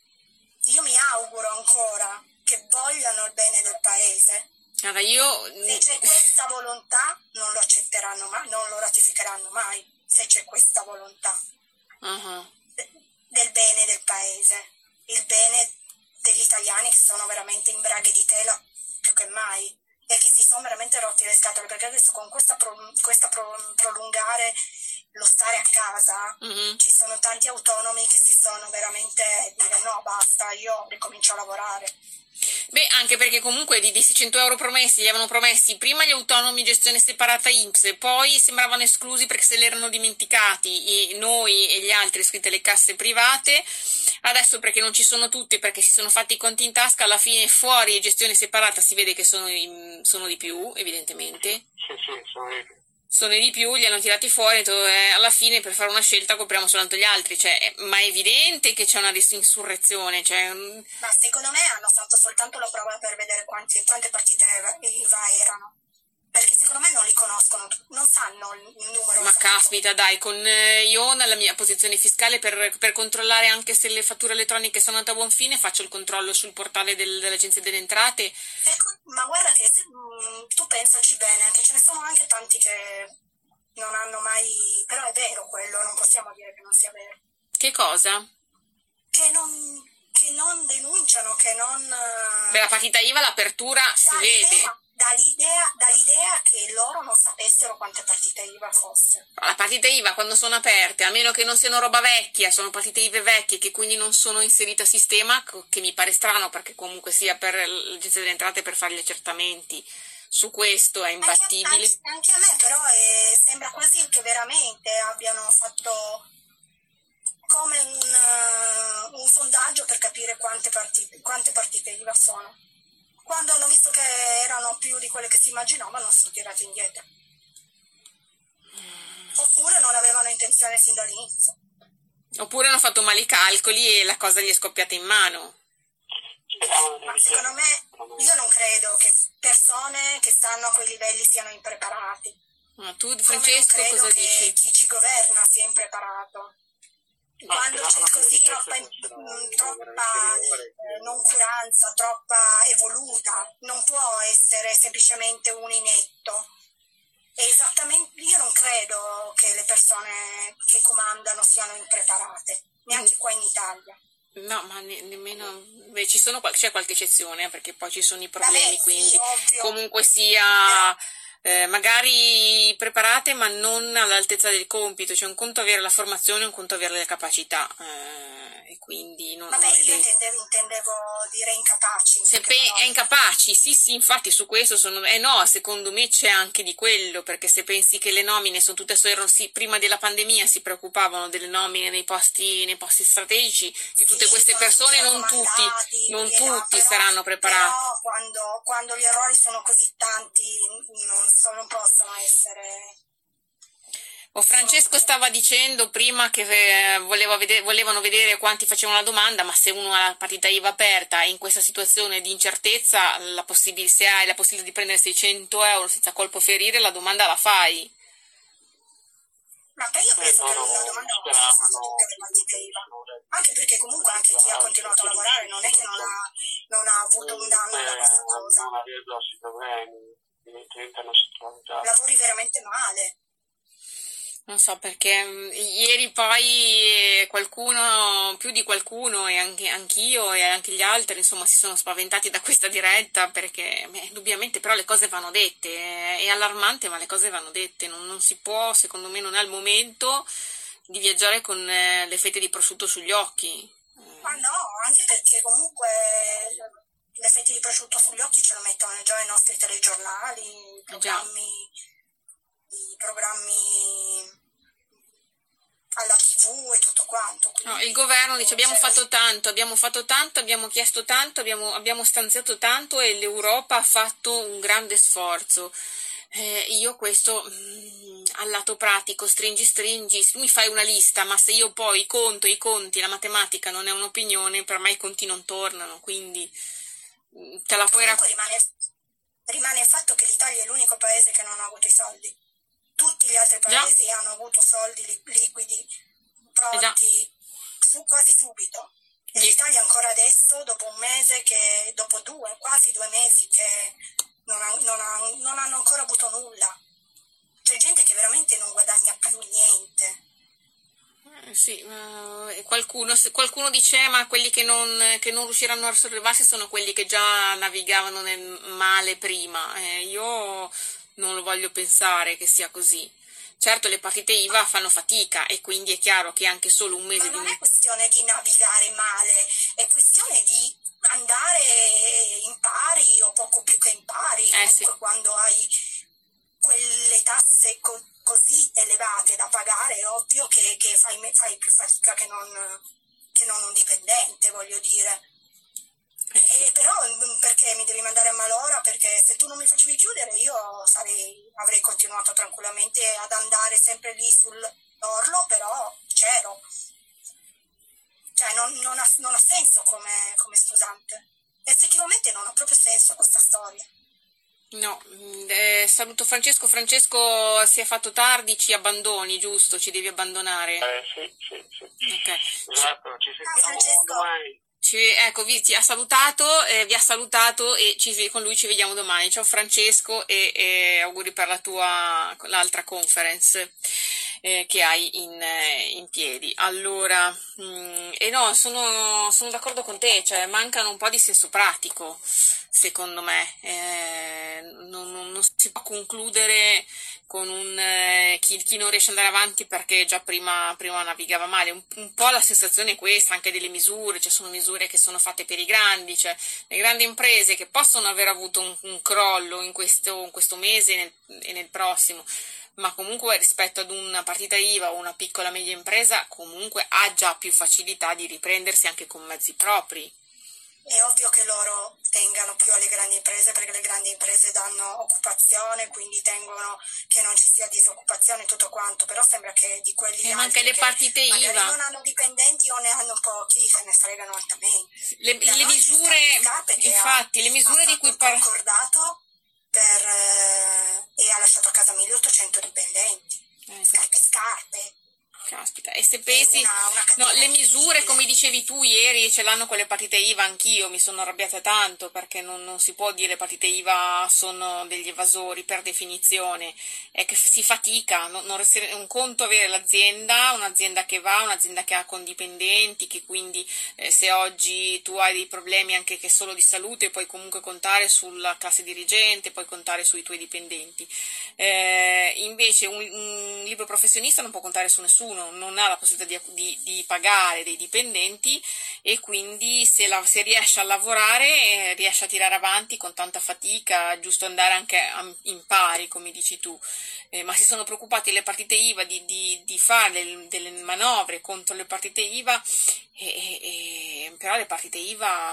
Io mi auguro ancora che vogliano il bene del paese. Allora io... Se c'è questa volontà non lo accetteranno mai, non lo ratificheranno mai, se c'è questa volontà uh-huh. de- del bene del paese, il bene degli italiani che sono veramente in braghe di tela più che mai e che si sono veramente rotti le scatole, perché adesso con questa, pro- questa pro- prolungare lo stare a casa, uh-huh. ci sono tanti autonomi che si sono veramente dire no basta, io ricomincio a lavorare. Beh, anche perché comunque di seicento euro promessi, gli avevano promessi prima gli autonomi gestione separata I N P S, poi sembravano esclusi perché se l'erano dimenticati, e noi e gli altri iscritti alle casse private, adesso perché non ci sono tutti, perché si sono fatti i conti in tasca, alla fine fuori gestione separata si vede che sono, in, sono di più, evidentemente. Sì, sì, sono di più. Sono di più, li hanno tirati fuori, e alla fine per fare una scelta copriamo soltanto gli altri, cioè, è, ma è evidente che c'è una insurrezione. Cioè... Ma secondo me hanno fatto soltanto la prova per vedere quanti, quante partite I V A erano, perché secondo me non li conoscono, non sanno il numero. Ma esatto. Caspita, dai, con eh, io nella mia posizione fiscale per, per controllare anche se le fatture elettroniche sono andate a buon fine, faccio il controllo sul portale del, dell'Agenzia delle Entrate. Ma guarda che se, mh, tu pensaci bene, che ce ne sono anche tanti che non hanno mai, però è vero quello, non possiamo dire che non sia vero. Che cosa? Che non, che non denunciano, che non... Beh, la partita I V A, l'apertura si vede. Dall'idea, dall'idea che loro non sapessero quante partite I V A fosse. La partita I V A quando sono aperte, a meno che non siano roba vecchia, sono partite I V A vecchie che quindi non sono inserite a sistema, che mi pare strano perché comunque sia per l'Agenzia delle Entrate per fare gli accertamenti. Su questo è imbattibile. Anche, anche a me però è, sembra quasi che veramente abbiano fatto come un, uh, un sondaggio per capire quante partite, quante partite I V A sono. Quando hanno visto che erano più di quelle che si immaginavano, sono tirati indietro. Oppure non avevano intenzione sin dall'inizio. Oppure hanno fatto male i calcoli e la cosa gli è scoppiata in mano. Ma secondo me, io non credo che persone che stanno a quei livelli siano impreparati. Ma tu, Come Francesco, non credo cosa che dici? chi ci governa sia impreparato. Quando c'è così troppa, troppa eh, noncuranza, troppa evoluta, non può essere semplicemente un inetto. E esattamente, io non credo che le persone che comandano siano impreparate, neanche qua in Italia. No, ma ne- nemmeno. Beh, ci sono qual- c'è qualche eccezione, eh, perché poi ci sono i problemi, Vabbè, sì, quindi ovvio. comunque sia eh, magari preparate, ma non all'altezza del compito. Cioè un conto avere la formazione, un conto avere le capacità, eh, e quindi non, Vabbè, non è io detto. intendevo, intendevo dire incapaci. Se in pe- poche è parole. incapaci, sì, sì, infatti su questo sono. Eh no, secondo me c'è anche di quello, perché se pensi che le nomine sono tutte solo. Sì, prima della pandemia si preoccupavano delle nomine nei posti, nei posti strategici di tutte Sì, queste sono tutti persone, non tutti, raccomandati, non qui e là, tutti però, saranno preparati. però quando, quando gli errori sono così tanti non, so- non possono essere. O Francesco stava dicendo prima che eh, voleva vede- volevano vedere quanti facevano la domanda, ma se uno ha la partita I V A aperta e in questa situazione di incertezza, la possibil- se hai la possibilità di prendere seicento euro senza colpo ferire, la domanda la fai. Ma poi io E penso che loro la domanda non sia fatta tutte le partite I V A, anche perché comunque anche chi ha continuato a lavorare non è che non ha, non ha avuto un danno da questa cosa. non avere grossi problemi, diventano sottovalutati. Lavori veramente male. Non so perché mh, ieri poi qualcuno, più di qualcuno e anche anch'io e anche gli altri, insomma, si sono spaventati da questa diretta perché beh, indubbiamente però le cose vanno dette, è, è allarmante ma le cose vanno dette, non, non si può, secondo me non è il momento di viaggiare con eh, le fette di prosciutto sugli occhi. Ma no, anche perché comunque le fette di prosciutto sugli occhi ce lo mettono già i nostri telegiornali, i programmi, i programmi alla tivù e tutto quanto. No, il governo dice abbiamo fatto tanto, abbiamo fatto tanto, abbiamo chiesto tanto, abbiamo, abbiamo stanziato tanto e l'Europa ha fatto un grande sforzo. Eh, io questo mh, al lato pratico, stringi stringi, tu mi fai una lista, ma se io poi conto i conti, la matematica non è un'opinione, per me i conti non tornano, quindi mh, te la puoi Comunque rimane, rimane il fatto che l'Italia è l'unico paese che non ha avuto i soldi. Tutti gli altri paesi Già. hanno avuto soldi li- liquidi, pronti, su, quasi subito. E l'Italia ancora adesso, dopo un mese, che dopo due, quasi due mesi, che non, ha, non, ha, non hanno ancora avuto nulla. C'è gente che veramente non guadagna più niente. Eh, sì, uh, qualcuno, qualcuno dice ma quelli che non, che non riusciranno a sollevarsi sono quelli che già navigavano nel male prima. Eh, io non lo voglio pensare che sia così. Certo le partite I V A fanno fatica e quindi è chiaro che anche solo un mese Ma non di... è questione di navigare male, è questione di andare in pari o poco più che in pari. Eh, Comunque sì. Quando hai quelle tasse co- così elevate da pagare è ovvio che, che fai, fai più fatica che non, che non un dipendente, voglio dire. E però perché mi devi mandare a malora? Perché se tu non mi facevi chiudere io sarei, avrei continuato tranquillamente ad andare sempre lì sull'orlo, però c'ero. Cioè non, non, ha, non ha senso come, come scusante. Effettivamente non ha proprio senso questa storia. No, eh, saluto Francesco. Francesco, si è fatto tardi, ci abbandoni, giusto? Ci devi abbandonare. Eh sì, sì, sì. Ok. Esatto, ci sentiamo domani. Ci, ecco, vi ti ha salutato, eh, vi ha salutato e ci, con lui ci vediamo domani. Ciao Francesco e, e auguri per la tua l'altra conference eh, che hai in, eh, in piedi. Allora, mh, e no, sono, sono d'accordo con te, cioè mancano un po' di senso pratico, secondo me. Eh, non, non, non si può concludere con un eh, chi, chi non riesce ad andare avanti perché già prima, prima navigava male, un, un po' la sensazione è questa, anche delle misure, cioè sono misure che sono fatte per i grandi, cioè le grandi imprese che possono aver avuto un, un crollo in questo, in questo mese e nel, e nel prossimo, ma comunque rispetto ad una partita I V A o una piccola media impresa comunque ha già più facilità di riprendersi anche con mezzi propri. È ovvio che loro tengano più alle grandi imprese perché le grandi imprese danno occupazione, quindi tengono che non ci sia disoccupazione e tutto quanto, però sembra che di quelli e altri anche le che partite I V A magari non hanno dipendenti o ne hanno pochi, se ne fregano altamente. Le, le misure, infatti, le misure di cui parliamo... concordato per, eh, e ha lasciato a casa milleottocento dipendenti, Eh, scarpe e scarpe. Caspita, e se pensi, una, una no, le misure, incredibile. come dicevi tu ieri, ce l'hanno con le partite I V A, anch'io mi sono arrabbiata tanto perché non, non si può dire le partite I V A sono degli evasori per definizione, è che si fatica, non, non resti- un conto avere l'azienda, un'azienda che va, un'azienda che ha condipendenti, che quindi eh, se oggi tu hai dei problemi anche che solo di salute puoi comunque contare sulla classe dirigente, puoi contare sui tuoi dipendenti. Eh, invece un, un libero professionista non può contare su nessuno, non ha la possibilità di, di, di pagare dei dipendenti e quindi se, la, se riesce a lavorare eh, riesce a tirare avanti con tanta fatica, è giusto andare anche a, in pari, come dici tu. Eh, ma si sono preoccupati le partite I V A di, di, di fare delle, delle manovre contro le partite I V A, e, e, e, però le partite I V A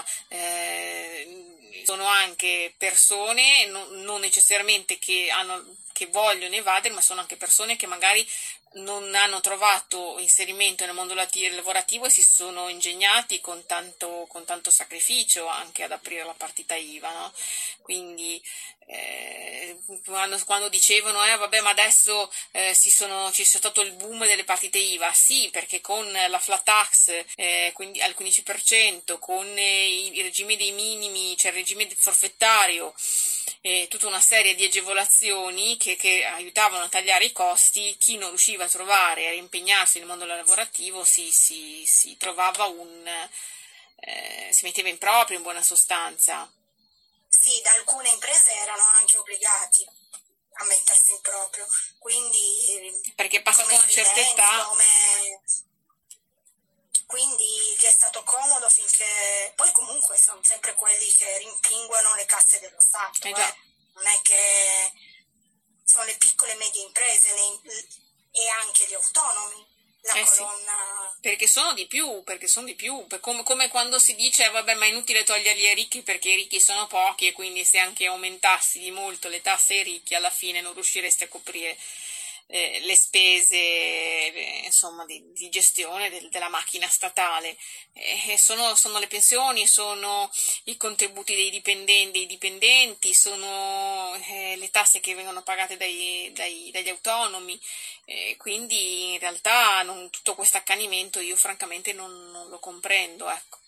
eh, sono anche persone, non, non necessariamente che, hanno, che vogliono evadere, ma sono anche persone che magari non hanno trovato inserimento nel mondo lavorativo e si sono ingegnati con tanto, con tanto sacrificio anche ad aprire la partita I V A, no? Quindi eh, quando, quando dicevano eh vabbè ma adesso eh, si sono, ci sia stato il boom delle partite I V A, sì, perché con la flat tax eh, quindi al quindici per cento, con eh, i regimi dei minimi, cioè il regime forfettario, eh, tutta una serie di agevolazioni che, che aiutavano a tagliare i costi, chi non riusciva a trovare, a impegnarsi nel mondo lavorativo si, si, si trovava un eh, si metteva in proprio in buona sostanza. Sì, da alcune imprese erano anche obbligati a mettersi in proprio, quindi perché passata una certa età come... quindi gli è stato comodo finché poi comunque sono sempre quelli che rimpinguano le casse dello Stato, eh eh. già. Non è che sono le piccole e medie imprese le... e anche gli autonomi la eh colonna sì. Perché sono di più, perché sono di più, come, come quando si dice eh, vabbè ma è inutile toglierli ai ricchi perché i ricchi sono pochi e quindi se anche aumentassi di molto le tasse ai ricchi alla fine non riuscireste a coprire eh, le spese eh, insomma di, di gestione del, della macchina statale. Eh, sono, sono le pensioni, sono i contributi dei dipendenti, dei dipendenti sono eh, le tasse che vengono pagate dai, dai, dagli autonomi. E quindi in realtà non, tutto questo accanimento io francamente non, non lo comprendo, ecco,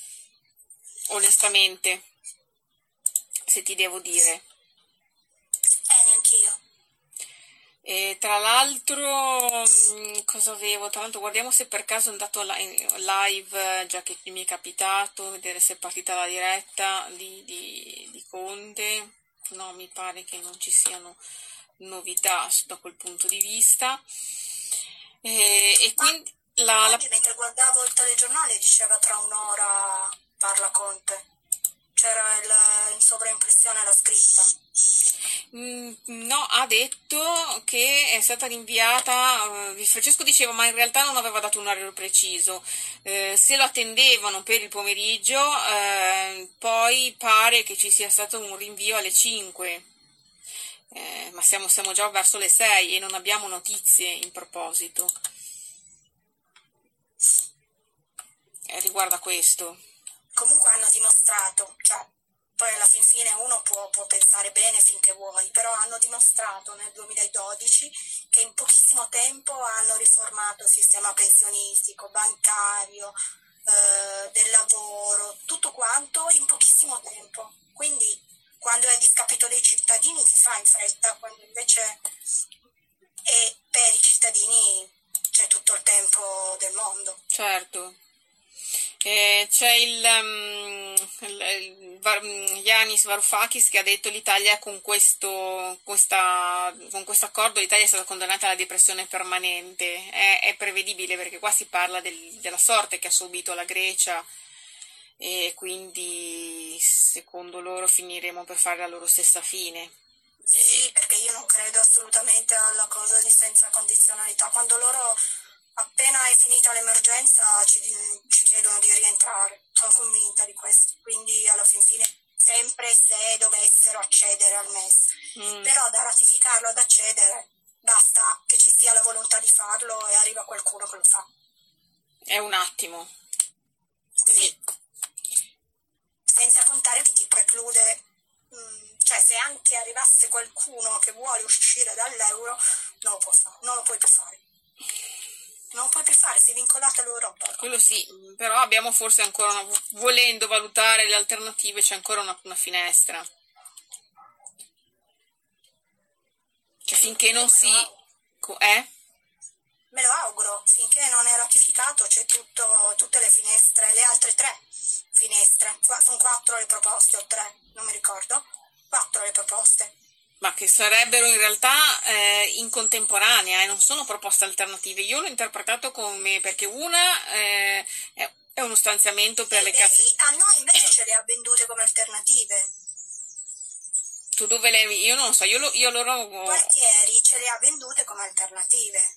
onestamente, se ti devo dire. eh neanch'io. E tra l'altro, mh, cosa avevo? Tra l'altro guardiamo se per caso è andato live, già che mi è capitato, vedere se è partita la diretta di, di, di Conte. No, mi pare che non ci siano novità da quel punto di vista. E, e quindi la, la... Oggi mentre guardavo il telegiornale diceva tra un'ora parla Conte, c'era il, in sovraimpressione la scritta. Mm, no, ha detto che è stata rinviata, eh, Francesco diceva ma in realtà non aveva dato un orario preciso, eh, se lo attendevano per il pomeriggio, eh, poi pare che ci sia stato un rinvio alle cinque. Eh, ma siamo, siamo già verso le sei e non abbiamo notizie in proposito eh, riguardo a questo. Comunque hanno dimostrato, cioè, poi alla fin fine uno può, può pensare bene finché vuoi, però hanno dimostrato nel duemiladodici che in pochissimo tempo hanno riformato il sistema pensionistico, bancario, eh, del lavoro, tutto quanto in pochissimo tempo. Quindi quando è a discapito dei cittadini si fa in fretta, quando invece è per i cittadini c'è tutto il tempo del mondo. Certo. Eh, c'è il, um, il, il Yanis Varoufakis che ha detto l'Italia con questo, questa, con questo accordo l'Italia è stata condannata alla depressione permanente. È, è prevedibile perché qua si parla del, della sorte che ha subito la Grecia e quindi secondo loro finiremo per fare la loro stessa fine. Sì, perché io non credo assolutamente alla cosa di senza condizionalità. Quando loro appena è finita l'emergenza ci, ci chiedono di rientrare, sono convinta di questo, quindi alla fin fine sempre se dovessero accedere al M E S, mm. però da ratificarlo ad accedere basta che ci sia la volontà di farlo e arriva qualcuno che lo fa. È un attimo. Quindi... Sì, senza contare che ti preclude, mh, cioè cioè se anche arrivasse qualcuno che vuole uscire dall'euro, non lo può fare, non lo puoi più fare. Non puoi più fare, sei vincolato all'Europa. Quello sì, però abbiamo forse ancora, una, volendo valutare le alternative, c'è ancora una, una finestra. Cioè finché non si... Eh? Me lo auguro, finché non è ratificato c'è tutto, tutte le finestre, le altre tre finestre, qua, sono quattro le proposte o tre, non mi ricordo, quattro le proposte. Ma che sarebbero in realtà eh, in contemporanea e eh, non sono proposte alternative. Io l'ho interpretato come, perché una eh, è uno stanziamento per e le vedi, casse. A noi invece ce le ha vendute come alternative. Tu dove le... Io non lo so, io, lo, io loro... Quartieri ce le ha vendute come alternative.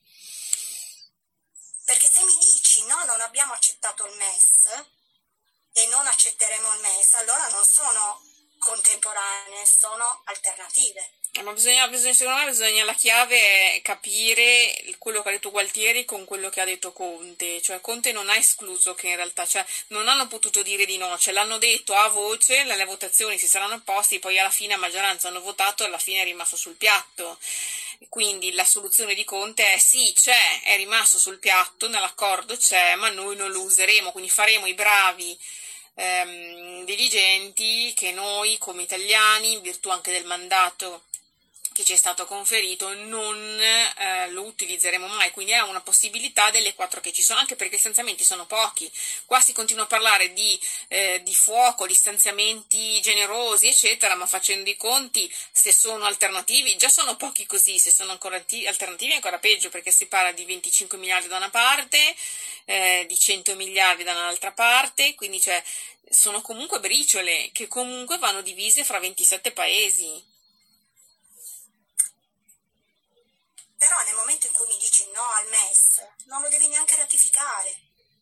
Perché se mi dici no, non abbiamo accettato il M E S e non accetteremo il M E S, allora non sono contemporanee, sono alternative. Ma bisogna, bisogna, secondo me bisogna, la chiave è capire quello che ha detto Gualtieri con quello che ha detto Conte, cioè Conte non ha escluso che in realtà, cioè non hanno potuto dire di no, ce l'hanno detto a voce, le votazioni si saranno posti, poi alla fine a maggioranza hanno votato e alla fine è rimasto sul piatto. Quindi la soluzione di Conte è sì, c'è, è rimasto sul piatto, nell'accordo c'è, ma noi non lo useremo, quindi faremo i bravi ehm, diligenti che noi come italiani, in virtù anche del mandato che ci è stato conferito, non eh, lo utilizzeremo mai, quindi è una possibilità delle quattro che ci sono, anche perché gli stanziamenti sono pochi. Qua si continua a parlare di, eh, di fuoco, di stanziamenti generosi, eccetera, ma facendo i conti, se sono alternativi, già sono pochi così, se sono ancora alternativi è ancora peggio, perché si parla di venticinque miliardi da una parte, eh, di cento miliardi da un'altra parte, quindi cioè, sono comunque briciole, che comunque vanno divise fra ventisette paesi. Però nel momento in cui mi dici no al M E S, non lo devi neanche ratificare.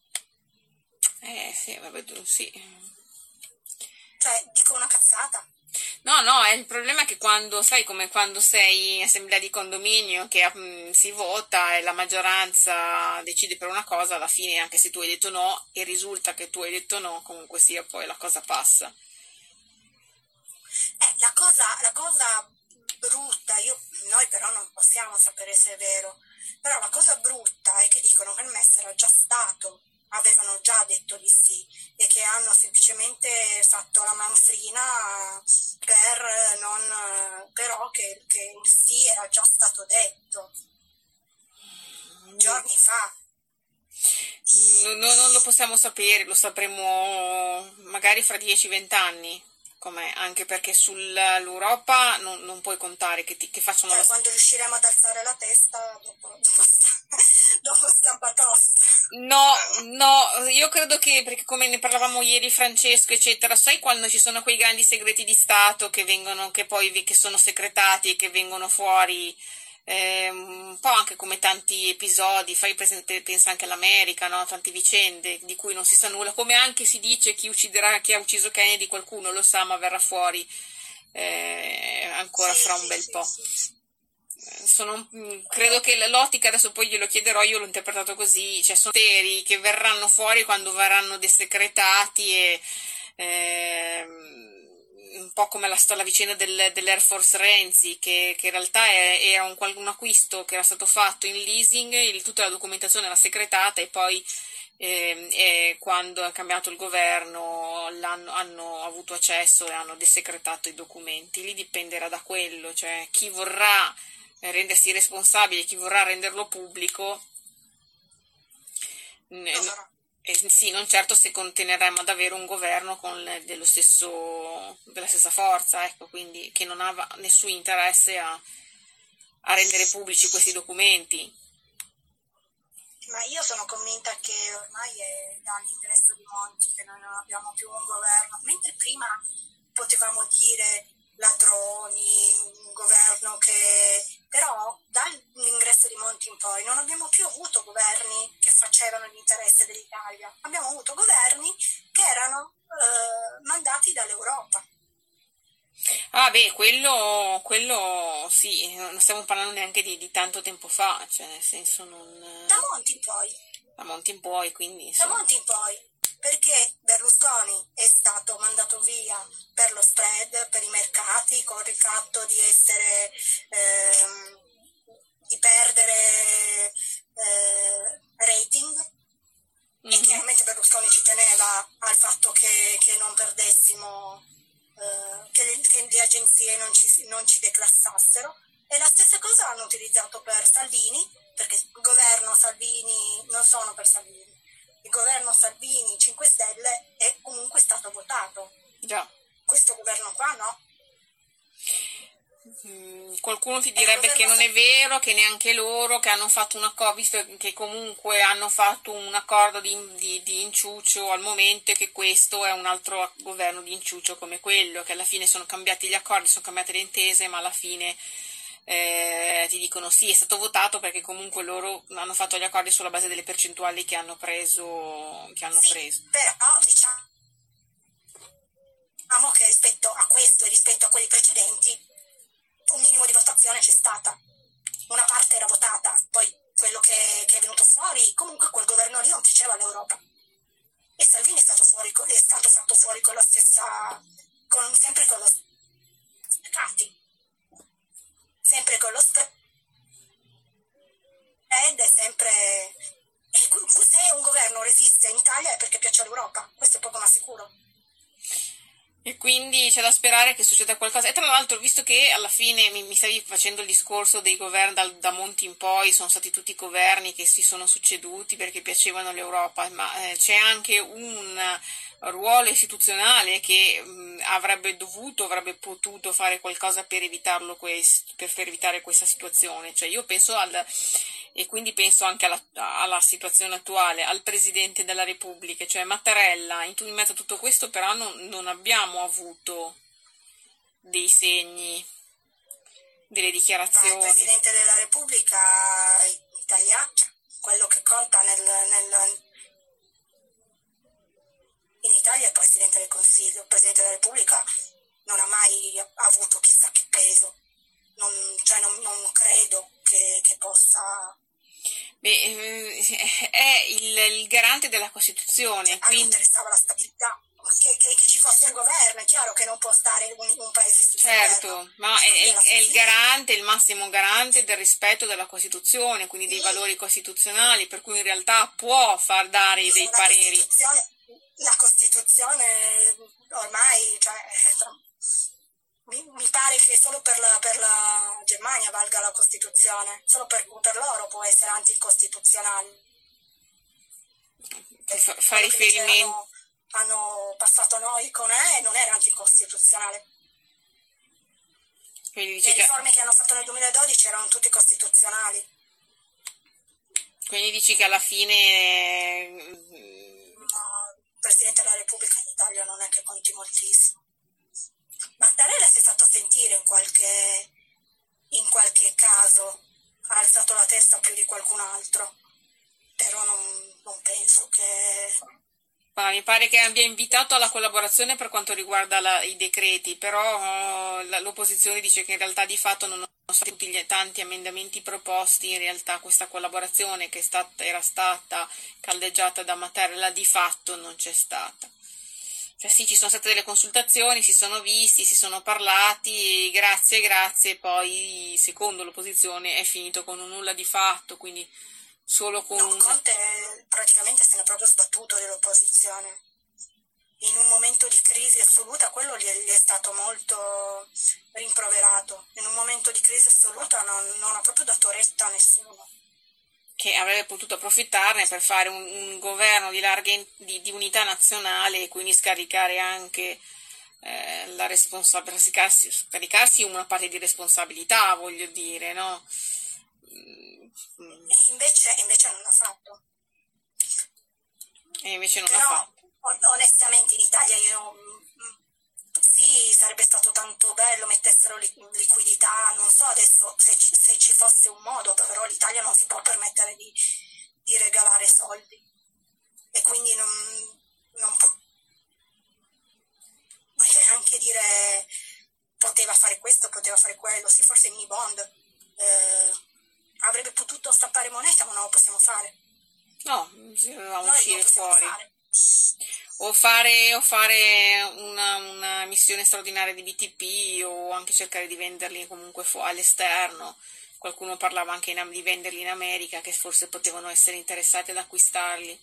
Eh sì, vabbè, sì. Cioè, dico una cazzata. No, no, è il problema è che quando, sai, come quando sei in assemblea di condominio che mh, si vota e la maggioranza decide per una cosa, alla fine, anche se tu hai detto no, e risulta che tu hai detto no, comunque sia, poi la cosa passa. Eh, la cosa, la cosa brutta, io, noi però non possiamo sapere se è vero, però la cosa brutta è che dicono che il M E S era già stato, avevano già detto di sì e che hanno semplicemente fatto la manfrina per non, però che, che il sì era già stato detto giorni fa. No, no, non lo possiamo sapere, lo sapremo magari fra dieci venti anni. Com'è? Anche perché sull'Europa non, non puoi contare che, ti, che facciano cioè, la... quando riusciremo ad alzare la testa dopo, dopo, sta, dopo sta batosta. No, no, io credo che, perché come ne parlavamo ieri Francesco eccetera, sai quando ci sono quei grandi segreti di Stato che vengono, che poi che sono secretati e che vengono fuori, eh, un po' anche come tanti episodi, fai presente, pensa anche all'America, no? Tante vicende di cui non si sa nulla, come anche si dice chi ucciderà, chi ha ucciso Kennedy, qualcuno lo sa ma verrà fuori eh, ancora sì, fra un sì, bel sì, po'. Sì. Sono, credo che l'ottica, adesso poi glielo chiederò, io l'ho interpretato così, cioè sono poteri che verranno fuori quando verranno desecretati e ehm, un po' come la, la vicenda del, dell'Air Force Renzi, che, che in realtà è, era un, un acquisto che era stato fatto in leasing, il, tutta la documentazione era secretata e poi eh, e quando è cambiato il governo l'hanno, hanno avuto accesso e hanno desecretato i documenti. Lì dipenderà da quello, cioè chi vorrà rendersi responsabile, chi vorrà renderlo pubblico eh, sì, non certo se continueremo ad avere un governo con le, dello stesso, della stessa forza, ecco, quindi che non ha nessun interesse a, a rendere pubblici questi documenti. Ma io sono convinta che ormai è dall'ingresso di Monti che noi non abbiamo più un governo, mentre prima potevamo dire ladroni, un governo che... però dall'ingresso di Monti in poi non abbiamo più avuto governi che facevano l'interesse dell'Italia, abbiamo avuto governi che erano eh, mandati dall'Europa. Ah beh, quello, quello sì, non stiamo parlando neanche di, di tanto tempo fa, cioè nel senso non... Da Monti in poi. Da Monti in poi, quindi... Da Monti in poi, perché Berlusconi è stato mandato via per lo spread, per i mercati, ricatto di essere, ehm, di perdere eh, rating, mm-hmm. E chiaramente Berlusconi ci teneva al fatto che, che non perdessimo, eh, che, le, che le agenzie non ci, non ci declassassero, e la stessa cosa hanno utilizzato per Salvini, perché il governo Salvini non sono per Salvini. Il governo Salvini cinque Stelle è comunque stato votato. Già. Questo governo qua no. Mm, qualcuno ti direbbe che non è vero, che neanche loro, che hanno fatto un accordo, visto che comunque hanno fatto un accordo di, di, di inciucio al momento, e che questo è un altro governo di inciucio come quello, che alla fine sono cambiati gli accordi, sono cambiate le intese, ma alla fine eh, ti dicono sì, è stato votato perché comunque loro hanno fatto gli accordi sulla base delle percentuali che hanno preso. Che hanno sì, preso. Però diciamo che rispetto a questo e rispetto a quelli precedenti un minimo di votazione c'è stata, una parte era votata, poi quello che, che è venuto fuori, comunque quel governo lì non piaceva l'Europa, e Salvini è stato fuori, è stato fatto fuori con la stessa, con, sempre con lo spread, sempre con lo spread, è sempre, se un governo resiste in Italia è perché piace all'Europa, questo è poco ma sicuro. E quindi c'è da sperare che succeda qualcosa. E tra l'altro, visto che alla fine mi, mi stavi facendo il discorso dei governi dal, da Monti in poi, sono stati tutti governi che si sono succeduti perché piacevano l'Europa, ma eh, c'è anche un ruolo istituzionale che mh, avrebbe dovuto, avrebbe potuto fare qualcosa per evitarlo questo, per, per evitare questa situazione. Cioè io penso al... E quindi penso anche alla, alla situazione attuale, al Presidente della Repubblica, cioè Mattarella. In, in mezzo a tutto questo però non, non abbiamo avuto dei segni, delle dichiarazioni. Ma il Presidente della Repubblica italiana, quello che conta nel, nel, in Italia è il Presidente del Consiglio. Il Presidente della Repubblica non ha mai avuto chissà che peso, non, cioè non, non credo che, che possa... Beh, è il, il garante della Costituzione. Cioè, quindi... a lui interessava la stabilità, che, che, che ci fosse un governo, è chiaro che non può stare un, un paese senza certo, governo. ma è, è, è il garante, il massimo garante del rispetto della Costituzione, quindi dei sì. valori costituzionali, per cui in realtà può far dare sì, dei pareri. Costituzione, la Costituzione ormai, cioè, mi, mi pare che solo per la, per la Germania valga la Costituzione, solo per, per loro può essere anticostituzionale. Fa, fa riferimento. Hanno passato noi con E non era anticostituzionale. Quindi le riforme che... che hanno fatto nel duemiladodici erano tutte costituzionali. Quindi dici che alla fine... No, il Presidente della Repubblica in Italia non è che conti moltissimo. Mattarella si è fatto sentire in qualche, in qualche caso, ha alzato la testa più di qualcun altro, però non, non penso che... Ma mi pare che abbia invitato alla collaborazione per quanto riguarda la, i decreti, però uh, l'opposizione dice che in realtà di fatto non sono stati tutti gli tanti emendamenti proposti, in realtà questa collaborazione che è stata, era stata caldeggiata da Mattarella di fatto non c'è stata. Cioè sì, ci sono state delle consultazioni, si sono visti, si sono parlati, grazie, grazie, poi secondo l'opposizione è finito con un nulla di fatto, quindi... Solo con... No, Conte praticamente se ne è proprio sbattuto dell'opposizione. In un momento di crisi assoluta quello gli è, gli è stato molto rimproverato. In un momento di crisi assoluta non, non ha proprio dato retta a nessuno. Che avrebbe potuto approfittarne per fare un, un governo di larga di, di unità nazionale e quindi scaricare anche eh, la responsabilità, scaricarsi, scaricarsi una parte di responsabilità, voglio dire, no? E invece, invece non l'ha fatto. E invece non Però, l'ha fatto. Onestamente in Italia io sì, sarebbe stato tanto bello, mettessero li, liquidità, non so adesso se ci, se ci fosse un modo, però l'Italia non si può permettere di, di regalare soldi e quindi non, non può anche dire poteva fare questo, poteva fare quello, sì forse mini bond. Eh, avrebbe potuto stampare moneta, ma non lo possiamo fare. No, dovevamo Noi uscire fuori. Fare. o fare, o fare una, una missione straordinaria di B T P o anche cercare di venderli comunque fu- all'esterno. Qualcuno parlava anche in- di venderli in America, che forse potevano essere interessati ad acquistarli.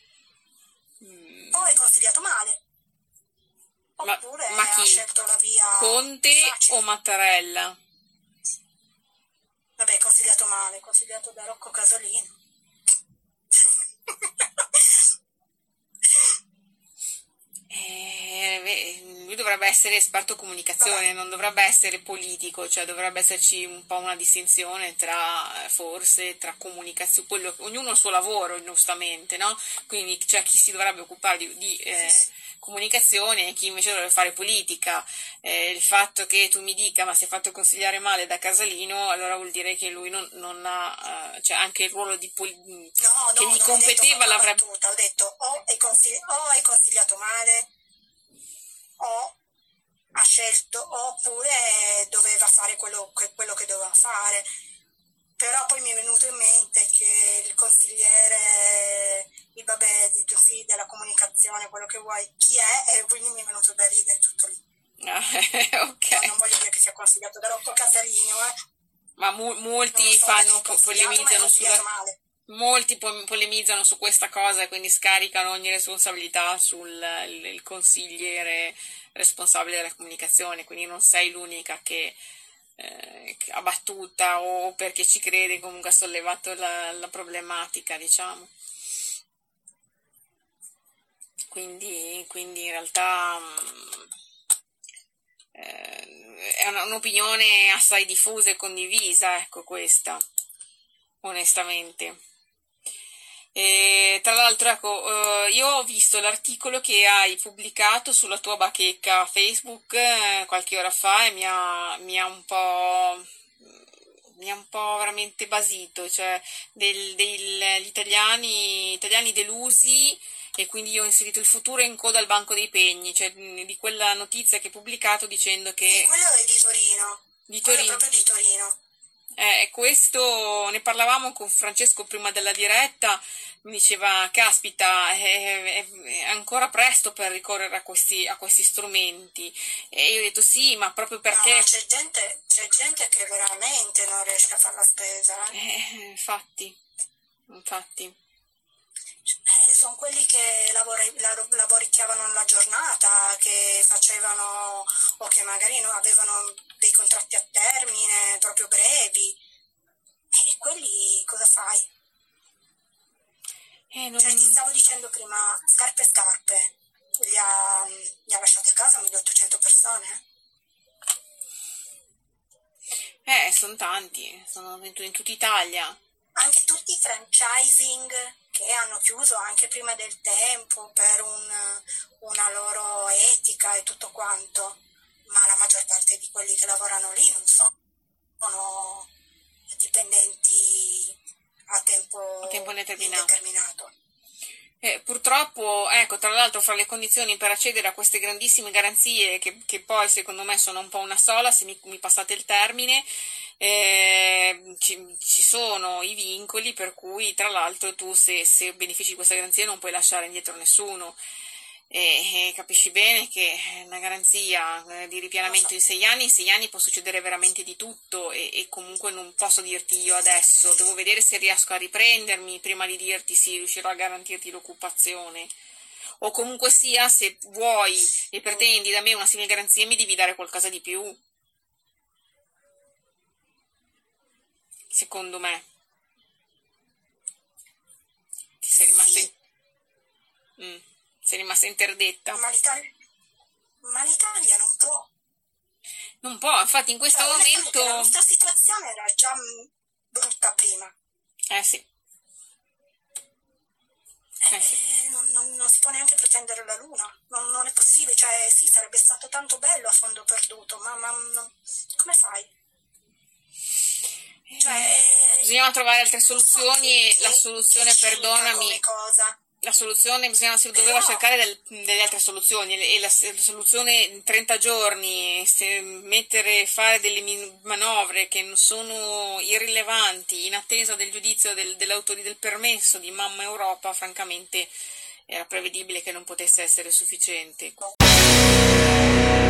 O hai consigliato male, Ma, oppure ma ha chi? scelto la via Conte o facile. Mattarella? Vabbè, consigliato male, consigliato da Rocco Casalino. Eh, beh, lui dovrebbe essere esperto comunicazione, non dovrebbe essere politico, cioè dovrebbe esserci un po' una distinzione tra, eh, forse, tra comunicazione, quello, ognuno ha il suo lavoro, giustamente, no? Quindi c'è chi si dovrebbe occupare di, di, eh, comunicazione e chi invece dovrebbe fare politica. Eh, il fatto che tu mi dica ma si è fatto consigliare male da Casalino, allora vuol dire che lui non, non ha, eh, cioè anche il ruolo di poli- No, che no, gli no, competeva ho detto, l'avrebbe... battuta, ho detto o hai, consigli- o hai consigliato male o ha scelto, oppure doveva fare quello, quello che doveva fare. Però poi mi è venuto in mente che il consigliere, il vabbè, di, sì, della comunicazione, quello che vuoi, chi è, e quindi mi è venuto da ridere tutto lì. Ah, ok. No, non voglio dire che sia consigliato da Rocco Casalino, eh. Ma mo- molti So, fanno, po- consigliato, polemizzano sulla, male. molti po- polemizzano su questa cosa e quindi scaricano ogni responsabilità sul il, il consigliere responsabile della comunicazione, quindi non sei l'unica che, eh, che ha battuta o perché ci crede comunque ha sollevato la, la problematica, diciamo. Quindi, quindi in realtà mh, eh, è una- un'opinione assai diffusa e condivisa, ecco questa, onestamente. E, tra l'altro, ecco, eh, io ho visto l'articolo che hai pubblicato sulla tua bacheca Facebook eh, qualche ora fa e mi ha, mi ha un po', mi ha un po' veramente basito, cioè del- degli italiani, italiani delusi e quindi io ho inserito il futuro in coda al banco dei pegni, cioè mh, di quella notizia che hai pubblicato dicendo Sì, che quello è di Torino. di Quello è Torino. proprio di Torino. Eh, questo ne parlavamo con Francesco prima della diretta, mi diceva, caspita, è, è- è ancora presto per ricorrere a questi, a questi strumenti. E io ho detto sì, ma proprio No, perché... ma c'è gente, c'è gente che veramente non riesce a fare la spesa. Eh? Eh, infatti, infatti. Eh, sono quelli che lavori- la- lavoricchiavano la giornata, che facevano o che magari no, avevano dei contratti a termine proprio brevi. E quelli cosa fai? Eh, non... Cioè, ti stavo dicendo prima, scarpe e scarpe, li ha, li ha lasciati a casa milleottocento persone? Eh, sono tanti, sono in, in tutta Italia. Anche tutti i franchising che hanno chiuso anche prima del tempo per un, una loro etica e tutto quanto, ma la maggior parte di quelli che lavorano lì non sono dipendenti a tempo, A tempo indeterminato. indeterminato. Eh, purtroppo, ecco, tra l'altro fra le condizioni per accedere a queste grandissime garanzie, che, che poi secondo me sono un po' una sola, se mi, mi passate il termine, eh, ci, ci sono i vincoli per cui tra l'altro tu se, se benefici di questa garanzia non puoi lasciare indietro nessuno. E, e capisci bene che una garanzia eh, di ripianamento in sei anni, in sei anni può succedere veramente di tutto e, e comunque non posso dirti io adesso, devo vedere se riesco a riprendermi prima di dirti sì, riuscirò a garantirti l'occupazione. O comunque sia, se vuoi e pretendi da me una simile garanzia, mi devi dare qualcosa di più. Secondo me. Ti sei rimasta in... Mm. Sei rimasta interdetta. Ma l'Italia, ma l'Italia non può. Non può, infatti in questo cioè, momento... La nostra situazione era già brutta prima. Eh sì. Eh, sì. Non, non, non si può neanche pretendere la luna, non, non è possibile, cioè sì, sarebbe stato tanto bello a fondo perduto, ma, ma non, come fai? Cioè, bisogna trovare altre soluzioni so e la soluzione, perdonami, cosa. la soluzione bisogna, si doveva Però, cercare del, delle altre soluzioni e la, la soluzione in trenta giorni, se mettere, fare delle manovre che non sono irrilevanti in attesa del giudizio del, dell'autore del permesso di Mamma Europa, francamente era prevedibile che non potesse essere sufficiente.